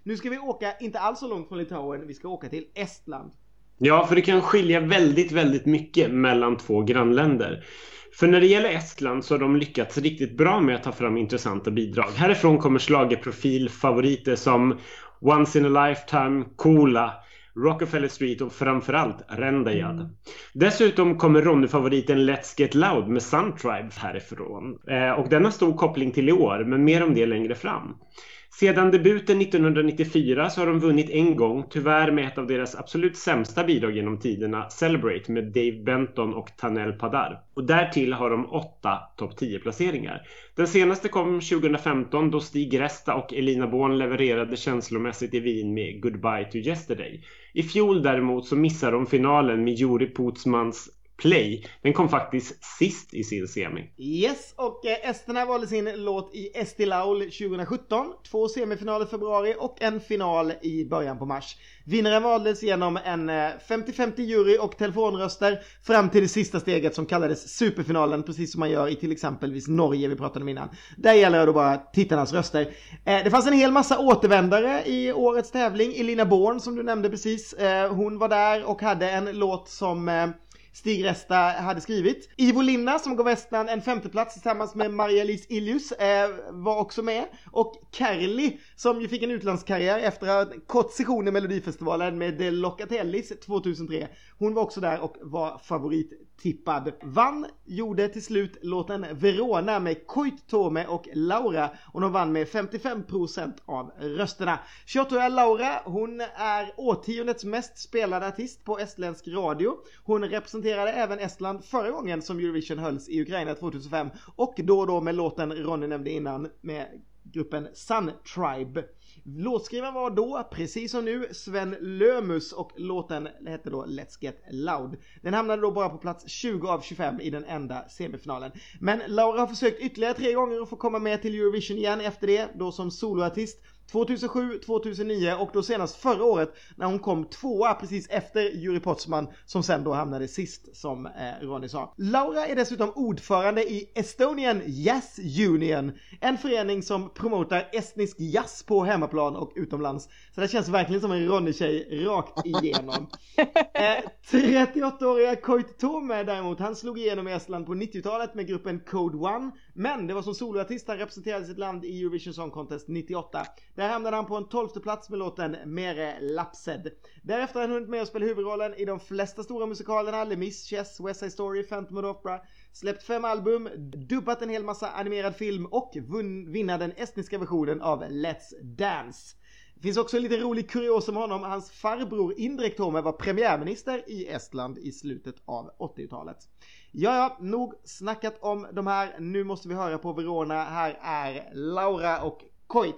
Nu ska vi åka inte alls så långt från Litauen, vi ska åka till Estland. Ja, för det kan skilja väldigt, väldigt mycket mellan två grannländer. För när det gäller Estland så har de lyckats riktigt bra med att ta fram intressanta bidrag. Härifrån kommer schlagerprofilfavoriter som Once in a Lifetime, Coola, Rockefeller Street och framförallt Rendajad. Mm. Dessutom kommer Ronny-favoriten Let's Get Loud med Sun Tribe härifrån. Eh, och den har stor koppling till i år, men mer om det längre fram. Sedan debuten nittonhundranittiofyra så har de vunnit en gång, tyvärr med ett av deras absolut sämsta bidrag genom tiderna, Celebrate med Dave Benton och Tanel Padar. Och därtill har de åtta topp tio placeringar. Den senaste kom tjugohundrafemton då Stig Resta och Elina Born levererade känslomässigt i Wien med Goodbye to Yesterday. I fjol däremot så missar de finalen med Juri Putzmans Play. Den kom faktiskt sist i sin semi. Yes, och eh, esterna valde sin låt i Estilaul tjugosjutton. Två semifinaler i februari och en final i början på mars. Vinnaren valdes genom en eh, femtio femtio jury och telefonröster fram till det sista steget som kallades superfinalen, precis som man gör i till exempelvis Norge vi pratade om innan. Där gäller det då bara tittarnas röster. Eh, det fanns en hel massa återvändare i årets tävling. Elina Born som du nämnde precis, eh, hon var där och hade en låt som eh, Stig Resta hade skrivit. Ivo Linna som gav Estland en femteplats tillsammans med Maria-Lise Ilius eh, var också med. Och Kerli som ju fick en utlandskarriär efter en kort session i Melodifestivalen med De Locatellis tjugohundratre. Hon var också där och var favorittippad. Vann gjorde till slut låten Verona med Koit Tome och Laura. Och de vann med femtiofem procent av rösterna. tjugoåtta Laura, hon är årtiondets mest spelade artist på estländsk radio. Hon representerar även Estland förra gången som Eurovision hölls i Ukraina tjugohundrafem och då och då med låten Ronny nämnde innan med gruppen Sun Tribe. Låtskrivaren var då, precis som nu, Sven Lömus och låten hette då Let's Get Loud. Den hamnade då bara på plats tjugo av tjugofem i den enda semifinalen. Men Laura har försökt ytterligare tre gånger att få komma med till Eurovision igen efter det, då som soloartist. tjugohundrasju, tjugohundranio och då senast förra året när hon kom tvåa precis efter Juri Potsman som sen då hamnade sist som eh, Ronny sa. Laura är dessutom ordförande i Estonian Jazz Union, en förening som promotar estnisk jazz på hemmaplan och utomlands. Så det känns verkligen som en Ronny-tjej rakt igenom. eh, trettioåttaåriga Koit Tome däremot, han slog igenom i Estland på nittiotalet med gruppen Code One, men det var som soloartist han representerade sitt land i Eurovision Song Contest nittioåtta. Där hamnade han på en tolfte plats med låten Mere Lapsed. Därefter har han hunnit med att spela huvudrollen i de flesta stora musikalerna, Les Mis, Chess, West Side Story, Phantom of the Opera, släppt fem album, dubbat en hel massa animerad film och vunn, vinna den estniska versionen av Let's Dance. Det finns också en lite rolig kurios om honom. Hans farbror Indrek Tome var premiärminister i Estland i slutet av åttiotalet. Ja, ja, nog snackat om de här. Nu måste vi höra på Verona. Här är Laura och Koit.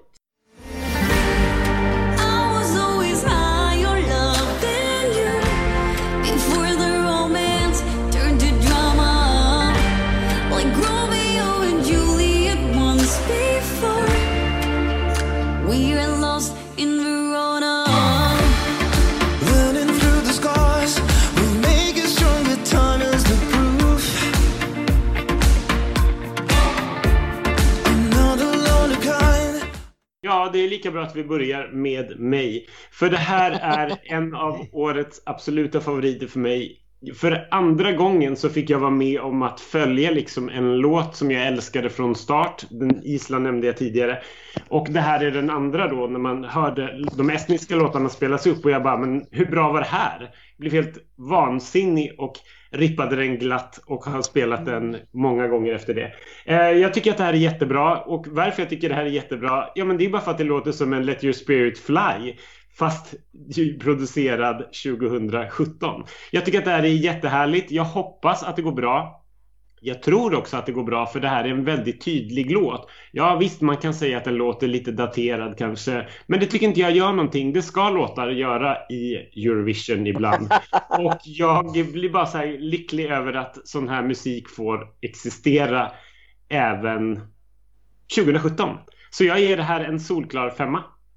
Ja, det är lika bra att vi börjar med mig. För det här är en av årets absoluta favoriter för mig. För andra gången så fick jag vara med om att följa liksom en låt som jag älskade från start. Den Island nämnde jag tidigare. Och det här är den andra då när man hörde de estniska låtarna spelas upp. Och jag bara, men hur bra var det här? Jag blev helt vansinnig och rippade den glatt och har spelat den många gånger efter det. Eh, jag tycker att det här är jättebra. Och varför jag tycker det här är jättebra? Ja, men det är bara för att det låter som en Let Your Spirit Fly. Fast producerad tjugohundrasjutton. Jag tycker att det här är jättehärligt. Jag hoppas att det går bra. Jag tror också att det går bra, för det här är en väldigt tydlig låt. Ja visst, man kan säga att den låter lite daterad kanske, men det tycker inte jag gör någonting. Det ska låtar göra i Eurovision ibland. Och jag blir bara så här lycklig över att sån här musik får existera även tjugohundrasjutton. Så jag ger det här en solklar femma.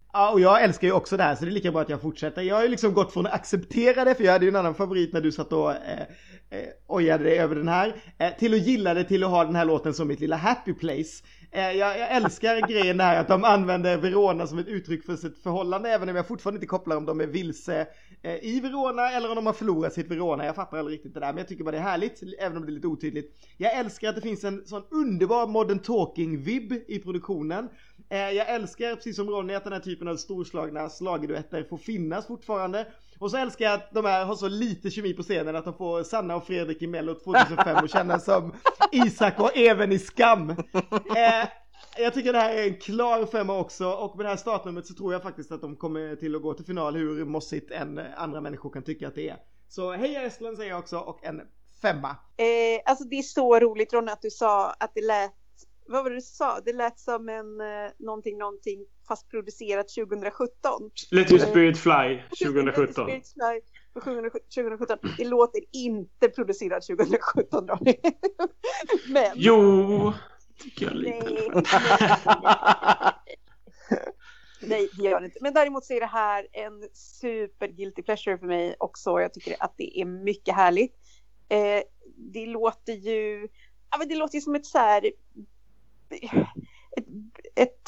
Ja, och jag älskar ju också det här, så det är lika bra att jag fortsätter. Jag har ju liksom gått från att acceptera det, för jag hade ju en annan favorit när du satt och eh, eh, ojade dig över den här, eh, till att gilla det, till att ha den här låten som mitt lilla happy place. Eh, jag, jag älskar grejen här att de använder Verona som ett uttryck för sitt förhållande, även om jag fortfarande inte kopplar om de är vilse eh, i Verona eller om de har förlorat sitt Verona. Jag fattar aldrig riktigt det där, men jag tycker bara det är härligt, även om det är lite otydligt. Jag älskar att det finns en sån underbar modern talking-vibb i produktionen. Eh, jag älskar, precis som Ronny, att den här typen av storslagna slagduetter får finnas fortfarande. Och så älskar jag att de här har så lite kemi på scenen att de får Sanna och Fredrik i Mello tjugohundrafem och känna som Isak och Even i Skam. Eh, jag tycker det här är en klar femma också, och med det här startnumret så tror jag faktiskt att de kommer till att gå till final, hur mossigt än andra människor kan tycka att det är. Så heja Estland säger jag också, och en femma. Eh, alltså det är så roligt, Ron, att du sa att det lät, vad var det du sa? Det lät som en eh, någonting, någonting fast producerat tjugosjutton. Let your spirit fly tjugosjutton. Let your spirit fly tjugosjutton. Det låter inte producerat tjugosjutton, Ronny. Men... Jo, tycker jag lite. Nej, nej, det gör det inte. Men däremot så är det här en super guilty pleasure för mig också. Jag tycker att det är mycket härligt. Eh, det låter ju... Ja, men det låter ju som ett så här... Ett, ett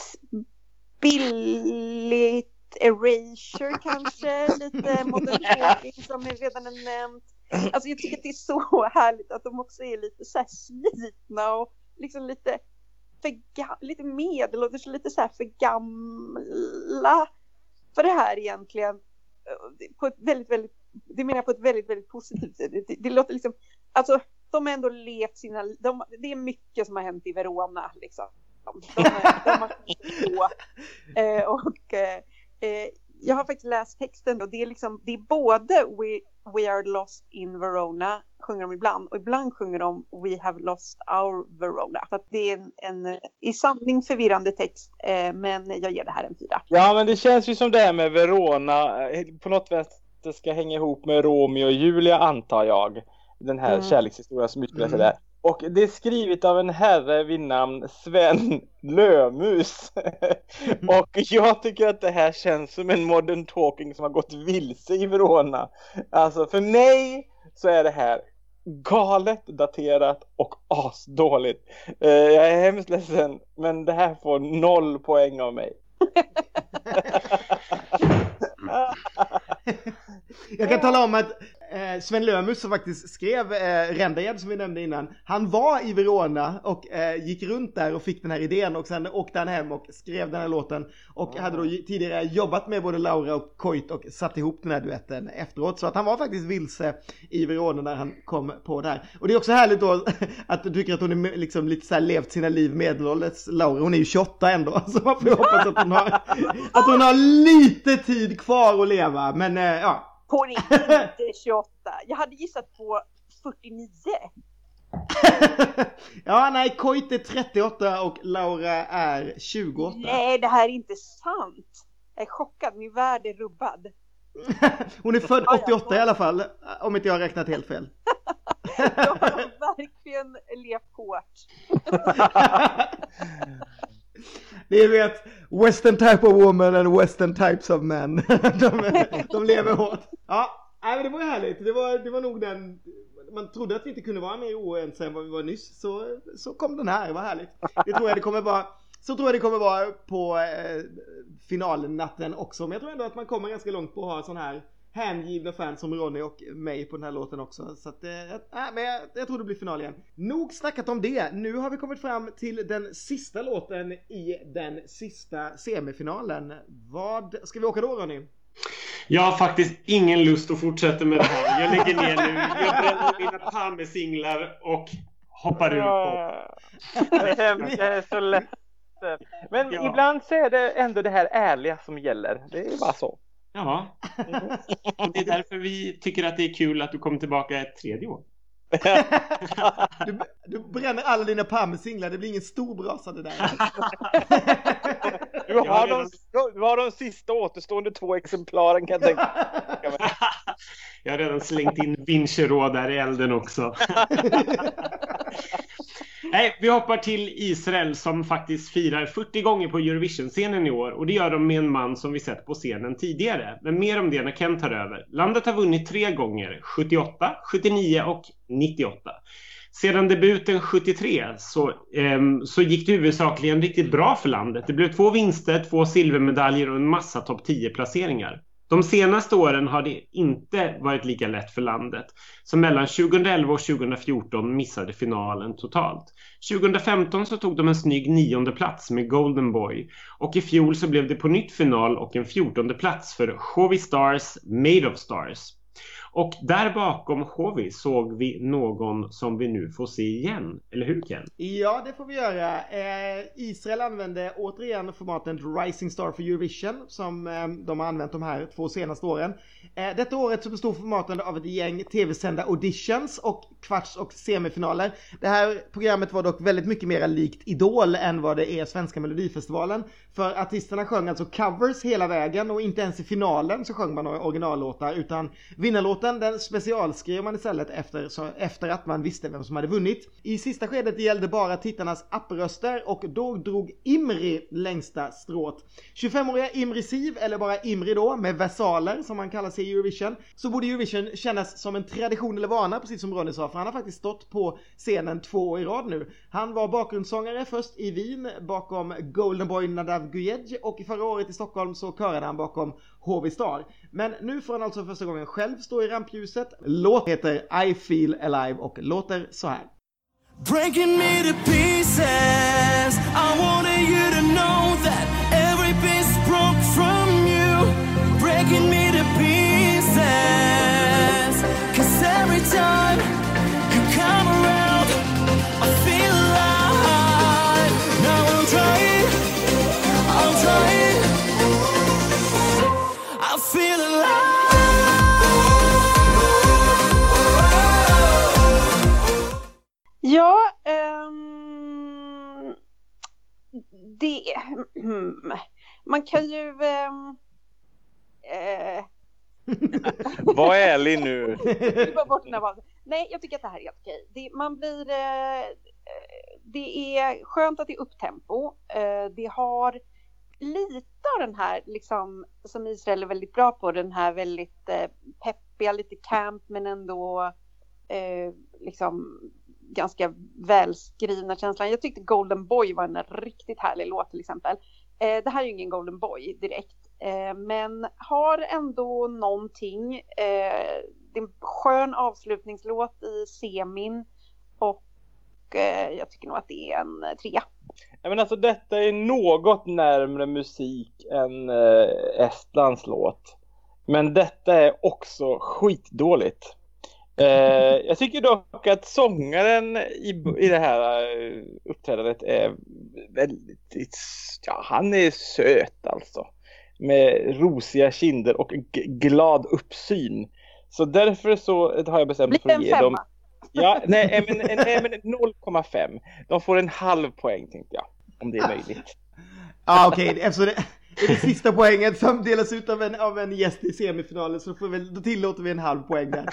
billigt erasure kanske, lite modern talking som är redan är nämnt. Alltså jag tycker att det är så härligt att de också är lite så här slitna och liksom lite för ga- lite medelålders, lite så här för gamla för det här egentligen, på ett väldigt väldigt, det menar jag på ett väldigt väldigt positivt sätt. Det, det låter liksom, alltså de har ändå levt sina, de, det är mycket som har hänt i Verona liksom. De, de, de har på. Eh, och eh, jag har faktiskt läst texten och det är liksom, det är både we, we are lost in Verona sjunger de ibland, och ibland sjunger de We have lost our Verona. Så att det är en, en i sanning förvirrande text, eh, men jag ger det här en fyra. Ja, men det känns ju som det här med Verona på något sätt ska hänga ihop med Romeo och Julia, antar jag. Den här mm. kärlekshistorien som utspelar sig mm. där. Och det är skrivet av en herre vid namn Sven Lömus. Och jag tycker att det här känns som en modern talking som har gått vilse i Verona. Alltså för mig så är det här galet, daterat och asdåligt. Uh, jag är hemskt ledsen, men det här får noll poäng av mig. Jag kan tala om att eh, Sven Lömus som faktiskt skrev eh, Rändahed som vi nämnde innan, han var i Verona och eh, gick runt där och fick den här idén, och sen åkte han hem och skrev den här låten och mm. hade då tidigare jobbat med både Laura och Koit och satt ihop den här duetten efteråt, så att han var faktiskt vilse i Verona när han kom på det här. Och det är också härligt då att du tycker att hon är liksom lite så här levt sina liv medelålders. Laura, hon är ju tjugoåtta ändå, så man får hoppas att hon har att hon har lite tid kvar att leva, men eh, ja. Hon är inte tjugoåtta. Jag hade gissat på fyrtionio. Ja, nej, Koit är trettioåtta och Laura är tjugoåtta. Nej, det här är inte sant. Jag är chockad, min värld är rubbad. Hon är född åttioåtta i alla fall, om inte jag har räknat helt fel. Jag har verkligen levt hårt. Ni vet, western type of woman and western types of men. de, de lever hårt. Ja, nej, men det var härligt. Det var, det var nog den... Man trodde att vi inte kunde vara mer oense än vad vi var nyss. Så, så kom den här, det var härligt. Det tror jag det kommer vara... Så tror jag det kommer vara på eh, finalnatten också. Men jag tror ändå att man kommer ganska långt på att ha sån här hängivna fans som Ronny och mig på den här låten också. Så att, äh, äh, men jag, jag tror det blir final igen. Nog snackat om det. Nu har vi kommit fram till den sista låten i den sista semifinalen. Vad ska vi åka då, Ronny? Jag har faktiskt ingen lust att fortsätta med det här. Jag lägger ner nu. Jag bränner mina palmesinglar och hoppar ut på. Det är så lätt. Men ja. Ibland så är det ändå det här ärliga som gäller. Det är bara så. Ja, och det är därför vi tycker att det är kul att du kommer tillbaka ett tredje år. du, du bränner alla dina palmesinglar, det blir ingen stor brasa det där. Du har, redan... de, du har de sista återstående två exemplaren, kan jag tänka. Jag har redan slängt in Vincherå där i elden också. Nej, vi hoppar till Israel som faktiskt firar fyrtio gånger på Eurovision-scenen i år. Och det gör de med en man som vi sett på scenen tidigare. Men mer om det när Ken tar över. Landet har vunnit tre gånger, sjuttioåtta, sjuttionio och nittioåtta. Sedan debuten sjuttiotre så, eh, så gick det huvudsakligen riktigt bra för landet. Det blev två vinster, två silvermedaljer och en massa topp tio-placeringar. De senaste åren har det inte varit lika lätt för landet, som mellan tjugoelva och tjugofjorton missade finalen totalt. tjugofemton så tog de en snygg nionde plats med Golden Boy, och i fjol så blev det på nytt final och en fjortonde plats för Hovi Stars Made of Stars. Och där bakom Hovi såg vi någon som vi nu får se igen. Eller hur, Ken? Ja, det får vi göra. Eh, Israel använde återigen formatet Rising Star för Eurovision, som eh, de har använt de här två senaste åren. Eh, detta året så bestod formatet av ett gäng tv-sända auditions och kvarts- och semifinaler. Det här programmet var dock väldigt mycket mer likt Idol än vad det är svenska Melodifestivalen. För artisterna sjöng alltså covers hela vägen, och inte ens i finalen så sjöng man några originallåtar, utan vinnarlåten den specialskrev man istället efter, så, efter att man visste vem som hade vunnit. I sista skedet gällde bara tittarnas appröster, och då drog Imri längsta strået. tjugofemåriga Imri Siv, eller bara Imri då, med versaler som man kallar sig i Eurovision. Så borde Eurovision kännas som en tradition eller vana, precis som Ronny sa, för han har faktiskt stått på scenen två år i rad nu. Han var bakgrundssångare först i Wien bakom Golden Boy Nadav Guyej, och i förra året i Stockholm så körade han bakom Hovi Star. Men nu får han alltså första gången själv stå i rampljuset. Låt heter I Feel Alive och låter så här. Breaking me to pieces. I wanted you to know that every piece broke from you. Breaking me to pieces. 'Cause every time you come around I feel alive. Now I'm trying, I'm trying, I feel alive. Ja, um, det... Mm, man kan ju... Um, uh, Var ärlig nu. Bara bort den här basen. Nej, jag tycker att det här är helt okej. Det, man blir... Uh, det är skönt att det är upptempo. Uh, det har lite av den här, liksom, som Israel är väldigt bra på, den här väldigt uh, peppiga, lite camp, men ändå uh, liksom... ganska välskrivna känslan. Jag tyckte Golden Boy var en riktigt härlig låt till exempel. Eh, det här är ju ingen Golden Boy direkt. Eh, men har ändå någonting. Eh, det är en skön avslutningslåt i semin. Och eh, jag tycker nog att det är en trea. Ja, men alltså detta är något närmare musik än eh, Estlands låt. Men detta är också skitdåligt. Eh, jag tycker dock att sångaren i, i det här uppträdandet är väldigt, ja, han är söt alltså, med rosiga kinder och g- glad uppsyn. Så därför så har jag bestämt mig för att ge dem, ja, nej, men, nej, men noll komma fem. De får en halv poäng, tänkte jag, om det är möjligt. Ja, okej, okay. Eftersom det är det sista poängen som delas ut av en, av en gäst i semifinalen, så får vi, då tillåter vi en halv poäng där.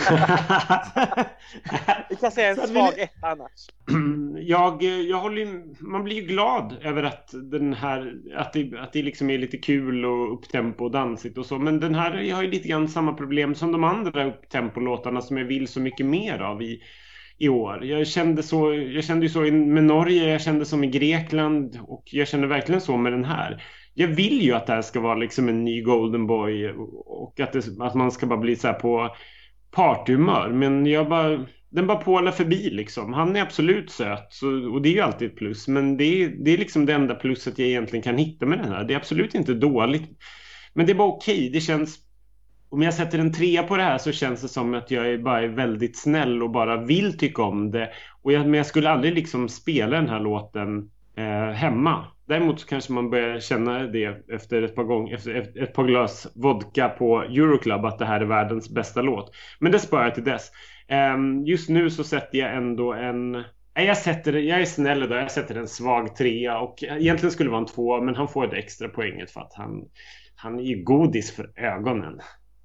Vi kan säga en så svag vi... ett annars. Jag, jag håller ju, man blir ju glad över att den här, att det, att det liksom är lite kul och upptempo och dansigt och så. Men den här jag har ju lite grann samma problem som de andra upptempo-låtarna som jag vill så mycket mer av i i år. Jag kände så, jag kände ju så med Norge, jag kände som i Grekland, och jag kände verkligen så med den här. Jag vill ju att det här ska vara liksom en ny Golden Boy, och att, det, att man ska bara bli så här på partyhumör, men jag bara, den bara pålar förbi liksom. Han är absolut söt, så, och det är ju alltid ett plus, men det är, det är liksom det enda plusset jag egentligen kan hitta med den här. Det är absolut inte dåligt, men det är bara okej. Det känns, om jag sätter en trea på det här så känns det som att jag är bara är väldigt snäll och bara vill tycka om det. Och jag, men jag skulle aldrig liksom spela den här låten eh, hemma. Däremot så kanske man börjar känna det efter ett par gånger, efter ett par glas vodka på Euroclub, att det här är världens bästa låt. Men det sparar jag till dess. Eh, just nu så sätter jag ändå en... Nej, jag, sätter, jag är snäll idag, jag sätter en svag trea, och egentligen skulle det vara en två, men han får det extra poänget för att han, han är ju godis för ögonen.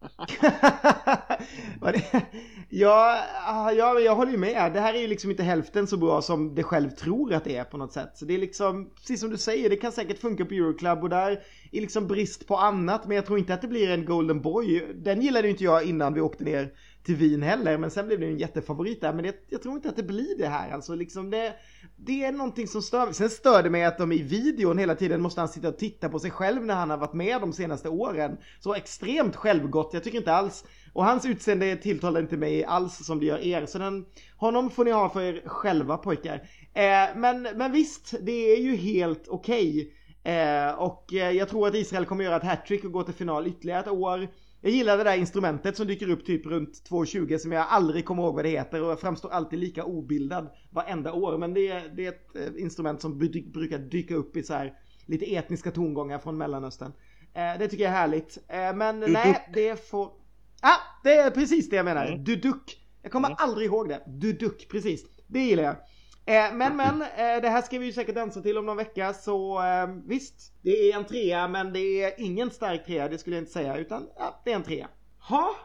ja, ja, jag håller ju med. Det här är ju liksom inte hälften så bra som det själv tror att det är på något sätt. Så det är liksom, precis som du säger, det kan säkert funka på Euroclub och där är liksom brist på annat. Men jag tror inte att det blir en Golden Boy. Den gillade ju inte jag innan vi åkte ner till Wien heller, men sen blev det en jättefavorit där. Men det, jag tror inte att det blir det här. Alltså liksom det, det är någonting som stör. Sen stör det mig att de i videon hela tiden måste han sitta och titta på sig själv när han har varit med de senaste åren. Så extremt självgott, jag tycker inte alls. Och hans utseende tilltalar inte mig alls som det gör er. Så den, honom får ni ha för er själva, pojkar. Eh, men, men visst, det är ju helt okej. Eh, och eh, jag tror att Israel kommer göra ett hattrick och gå till final ytterligare ett år. Jag gillar det där instrumentet som dyker upp typ runt två tjugo som jag aldrig kommer ihåg vad det heter. Och jag framstår alltid lika obildad varenda år. Men det, det är ett instrument som brukar dyka upp i så här lite etniska tongångar från Mellanöstern. Eh, det tycker jag är härligt. Eh, men Du nej, duck. det får... Ah, det är precis det jag menar. Mm. Du duck. Jag kommer Mm. aldrig ihåg det. Du duck, precis. Det gillar jag. Eh, men men, eh, det här ska vi ju säkert dansa till om någon vecka. Så eh, visst, det är en trea. Men det är ingen stark trea, det skulle jag inte säga. Utan ja, det är en trea. Ha?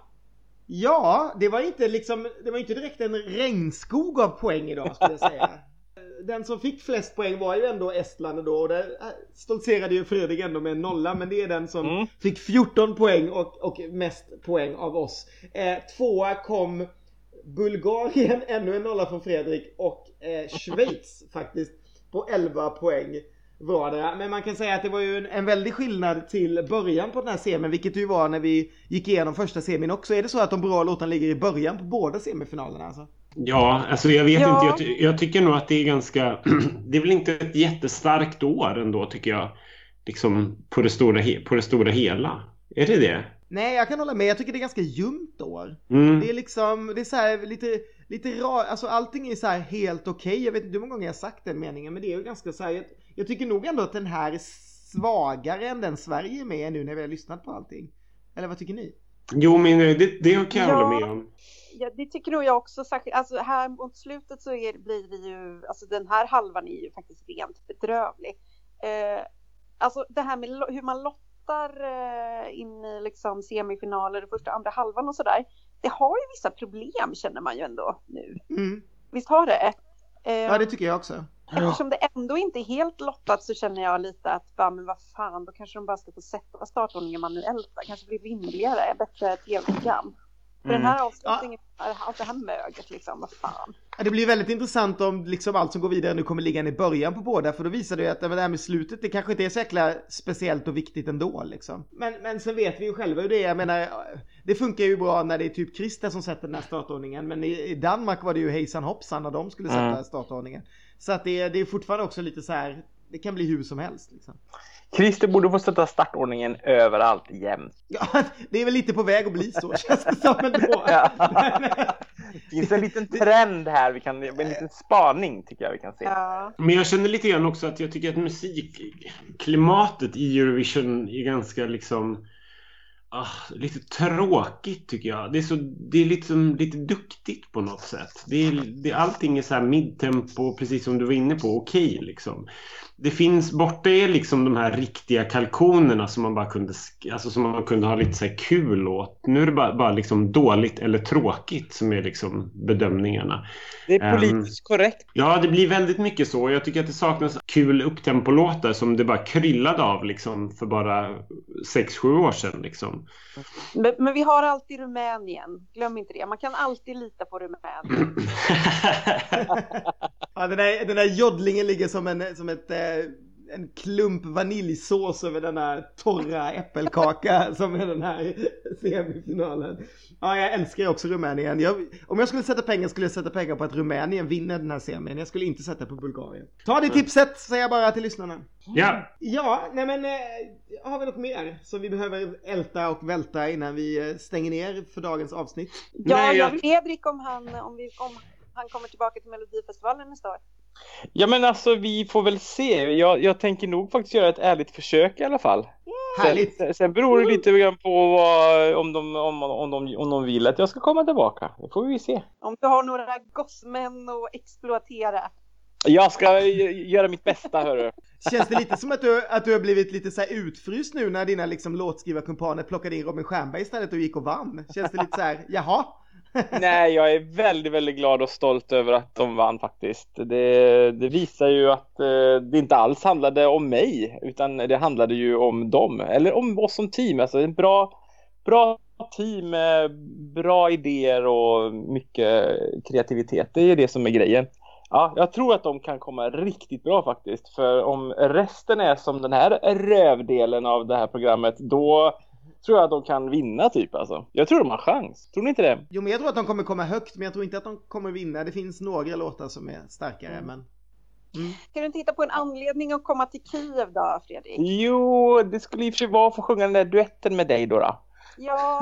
Ja, det var inte liksom, det var inte direkt en regnskog av poäng idag skulle jag säga. Den som fick flest poäng var ju ändå Estland då. Och där stoltserade ju Fredrik ändå med en nolla. Men det är den som Mm. fick fjorton poäng och, och mest poäng av oss. Eh, tvåa kom Bulgarien, ännu en nolla från Fredrik. Och eh, Schweiz faktiskt på elva poäng var det. Men man kan säga att det var ju en, en väldig skillnad till början på den här semin. Vilket ju var när vi gick igenom första semin också. Är det så att de bra låtarna ligger i början på båda semifinalerna alltså? Ja, alltså jag vet Ja. inte. Jag, ty- jag tycker nog att det är ganska... det är väl inte ett jättestarkt år ändå, tycker jag. Liksom på det stora, he- på det stora hela. Är det det? Nej, jag kan hålla med. Jag tycker det är ganska ljumt år. Mm. Det är liksom, det är så här lite, lite rar, alltså allting är så här helt okej. Okay. Jag vet inte hur många gånger jag har sagt den meningen, men det är ju ganska så här, jag, jag tycker nog ändå att den här är svagare än den Sverige är med nu när vi har lyssnat på allting. Eller vad tycker ni? Jo, men det, det kan jag Ja. hålla med om. Ja, det tycker nog jag också. Särskilt, alltså här mot slutet så är, blir det ju, alltså den här halvan är ju faktiskt rent bedrövlig. Eh, alltså det här med lo- hur man lottar eh, in i liksom semifinaler och första och andra halvan och sådär. Det har ju vissa problem känner man ju ändå nu. Mm. Visst har det? Eh, Ja, det tycker jag också. Eftersom det ändå inte är helt lottat så känner jag lite att va, men vad fan, då kanske de bara ska få sätta startordningen manuellt. Det kanske blir rimligare, bättre tv-program. För Mm. den här avslutningen, allt det här möget liksom, vad fan. Ja, det blir väldigt intressant om liksom allt som går vidare nu kommer ligga i början på båda. För då visar det ju att det här med slutet, det kanske inte är så jäkla speciellt och viktigt ändå liksom. Men, men sen vet vi ju själva hur det är. Jag menar, det funkar ju bra när det är typ Christer som sätter den här startordningen. Men i, i Danmark var det ju hejsan hoppsan när de skulle sätta Mm. startordningen. Så att det, det är fortfarande också lite så här, det kan bli hur som helst liksom. Christer borde få sätta startordningen överallt jämt. Ja, det är väl lite på väg att bli så, känns det som ändå. Ja. Det finns en liten trend här, vi kan, en liten spaning tycker jag vi kan se. Ja. Men jag känner lite grann också att jag tycker att musikklimatet i Eurovision är ganska liksom ah, lite tråkigt tycker jag. Det är, så, det är liksom lite duktigt på något sätt. Det är, det, allting är så här midtempo, precis som du var inne på, okej liksom. Det finns, borta är liksom de här riktiga kalkonerna som man bara kunde, alltså som man kunde ha lite så här kul åt. Nu är det bara, bara liksom dåligt eller tråkigt som är liksom bedömningarna. Det är politiskt um, korrekt. Ja, det blir väldigt mycket så. Jag tycker att det saknas kul upptempolåtar som det bara kryllade av liksom för bara sex sju år sedan liksom. Men, men vi har alltid Rumänien, glöm inte det. Man kan alltid lita på Rumänien. Ja, den där, den där jodlingen ligger som, en, som ett, eh, en klump vaniljsås över den här torra äppelkaka som är den här semifinalen. Ja, jag älskar också Rumänien. Jag, om jag skulle sätta pengar skulle jag sätta pengar på att Rumänien vinner den här semin. Jag skulle inte sätta på Bulgarien. Ta det tipset, säger jag bara till lyssnarna. Ja. Ja, nej men eh, har vi något mer som vi behöver älta och välta innan vi stänger ner för dagens avsnitt? Ja, Nej, jag- jag Fredrik om han, om, vi, om han kommer tillbaka till Melodifestivalen nästa år. Ja men alltså vi får väl se. Jag, jag tänker nog faktiskt göra ett ärligt försök i alla fall. Härligt. Sen, sen beror det lite grann på vad, om, de, om, om, de, om de vill att jag ska komma tillbaka. Det får vi se. Om du har några gossmän att exploatera. Jag ska göra mitt bästa, hörru. Känns det lite som att du, att du har blivit lite så här utfryst nu när dina liksom låtskrivarkumpaner plockade in Robin Stjernberg istället och gick och vann? Känns det lite så här, jaha? Nej, jag är väldigt, väldigt glad och stolt över att de vann faktiskt. Det, det visar ju att eh, det inte alls handlade om mig, utan det handlade ju om dem. Eller om oss som team. Alltså en bra, bra team med bra idéer och mycket kreativitet. Det är det som är grejen. Ja, jag tror att de kan komma riktigt bra faktiskt. För om resten är som den här rövdelen av det här programmet, då tror jag att de kan vinna typ alltså. Jag tror de har chans. Tror ni inte det? Jo, men jag tror att de kommer komma högt, men jag tror inte att de kommer vinna. Det finns några låtar som är starkare, mm. men... Mm. Kan du inte hitta på en anledning att komma till Kiev då, Fredrik? Jo, det skulle i och för sig vara att få sjunga den där duetten med dig då. då. Ja.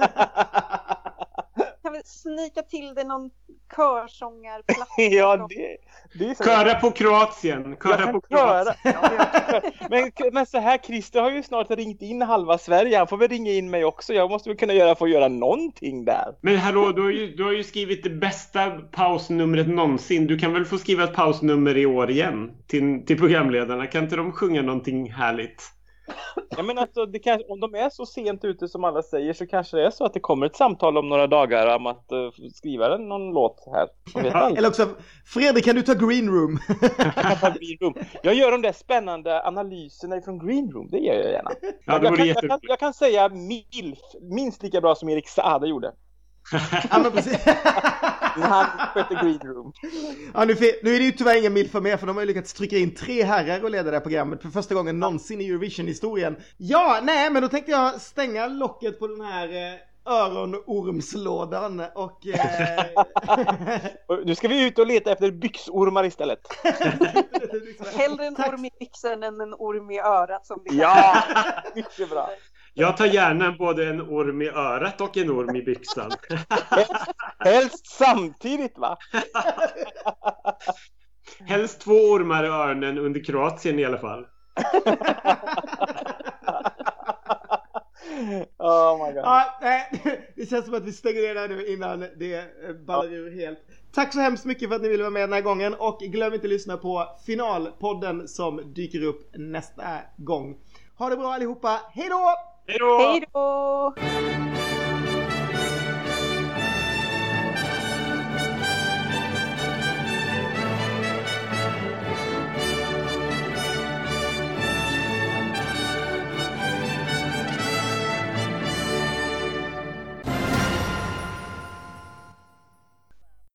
Kan vi snika till det någon körsångarplats? Ja, det, det är så. Köra på Kroatien. Köra på Kroatien. Ja, men, men så här, Christer har ju snart ringt in halva Sverige. Han får väl ringa in mig också. Jag måste väl kunna göra för att göra någonting där. Men hallå, du har ju, du har ju skrivit det bästa pausnumret någonsin. Du kan väl få skriva ett pausnummer i år igen till, till programledarna. Kan inte de sjunga någonting härligt? Ja, men alltså, det kan, om de är så sent ute som alla säger, så kanske det är så att det kommer ett samtal om några dagar om att uh, skriva någon låt här. Ja, eller också, Fredrik, kan du ta Green Room? Jag, ta Green Room. Jag gör de där spännande analyserna från Green Room, det gör jag gärna. Ja, det jag, kan, jätte... jag, kan, jag kan säga milf, minst lika bra som Erik Saade gjorde. Ja, men precis. Han skötte Green Room. Ja, nu, nu är det ju tyvärr ingen milf med, för de har ju lyckats trycka in tre herrar och leda det här programmet för första gången någonsin i Eurovision-historien. Ja, nej, men då tänkte jag stänga locket på den här eh, öronormslådan och... Eh... Nu ska vi ut och leta efter byxormar istället. Hellre en orm i byxan än en orm i örat som det Ja, mycket bra. Jag tar gärna både en orm i örat och en orm i byxan. Helst, helst samtidigt, va? Helst två ormar i öronen under Kroatien i alla fall. Oh my god. Ja, nej, det känns som att vi stänger det där nu innan det ballar ur helt. Tack så hemskt mycket för att ni ville vara med den här gången. Och glöm inte att lyssna på finalpodden som dyker upp nästa gång. Ha det bra allihopa, hej då! Hej då! Hej då!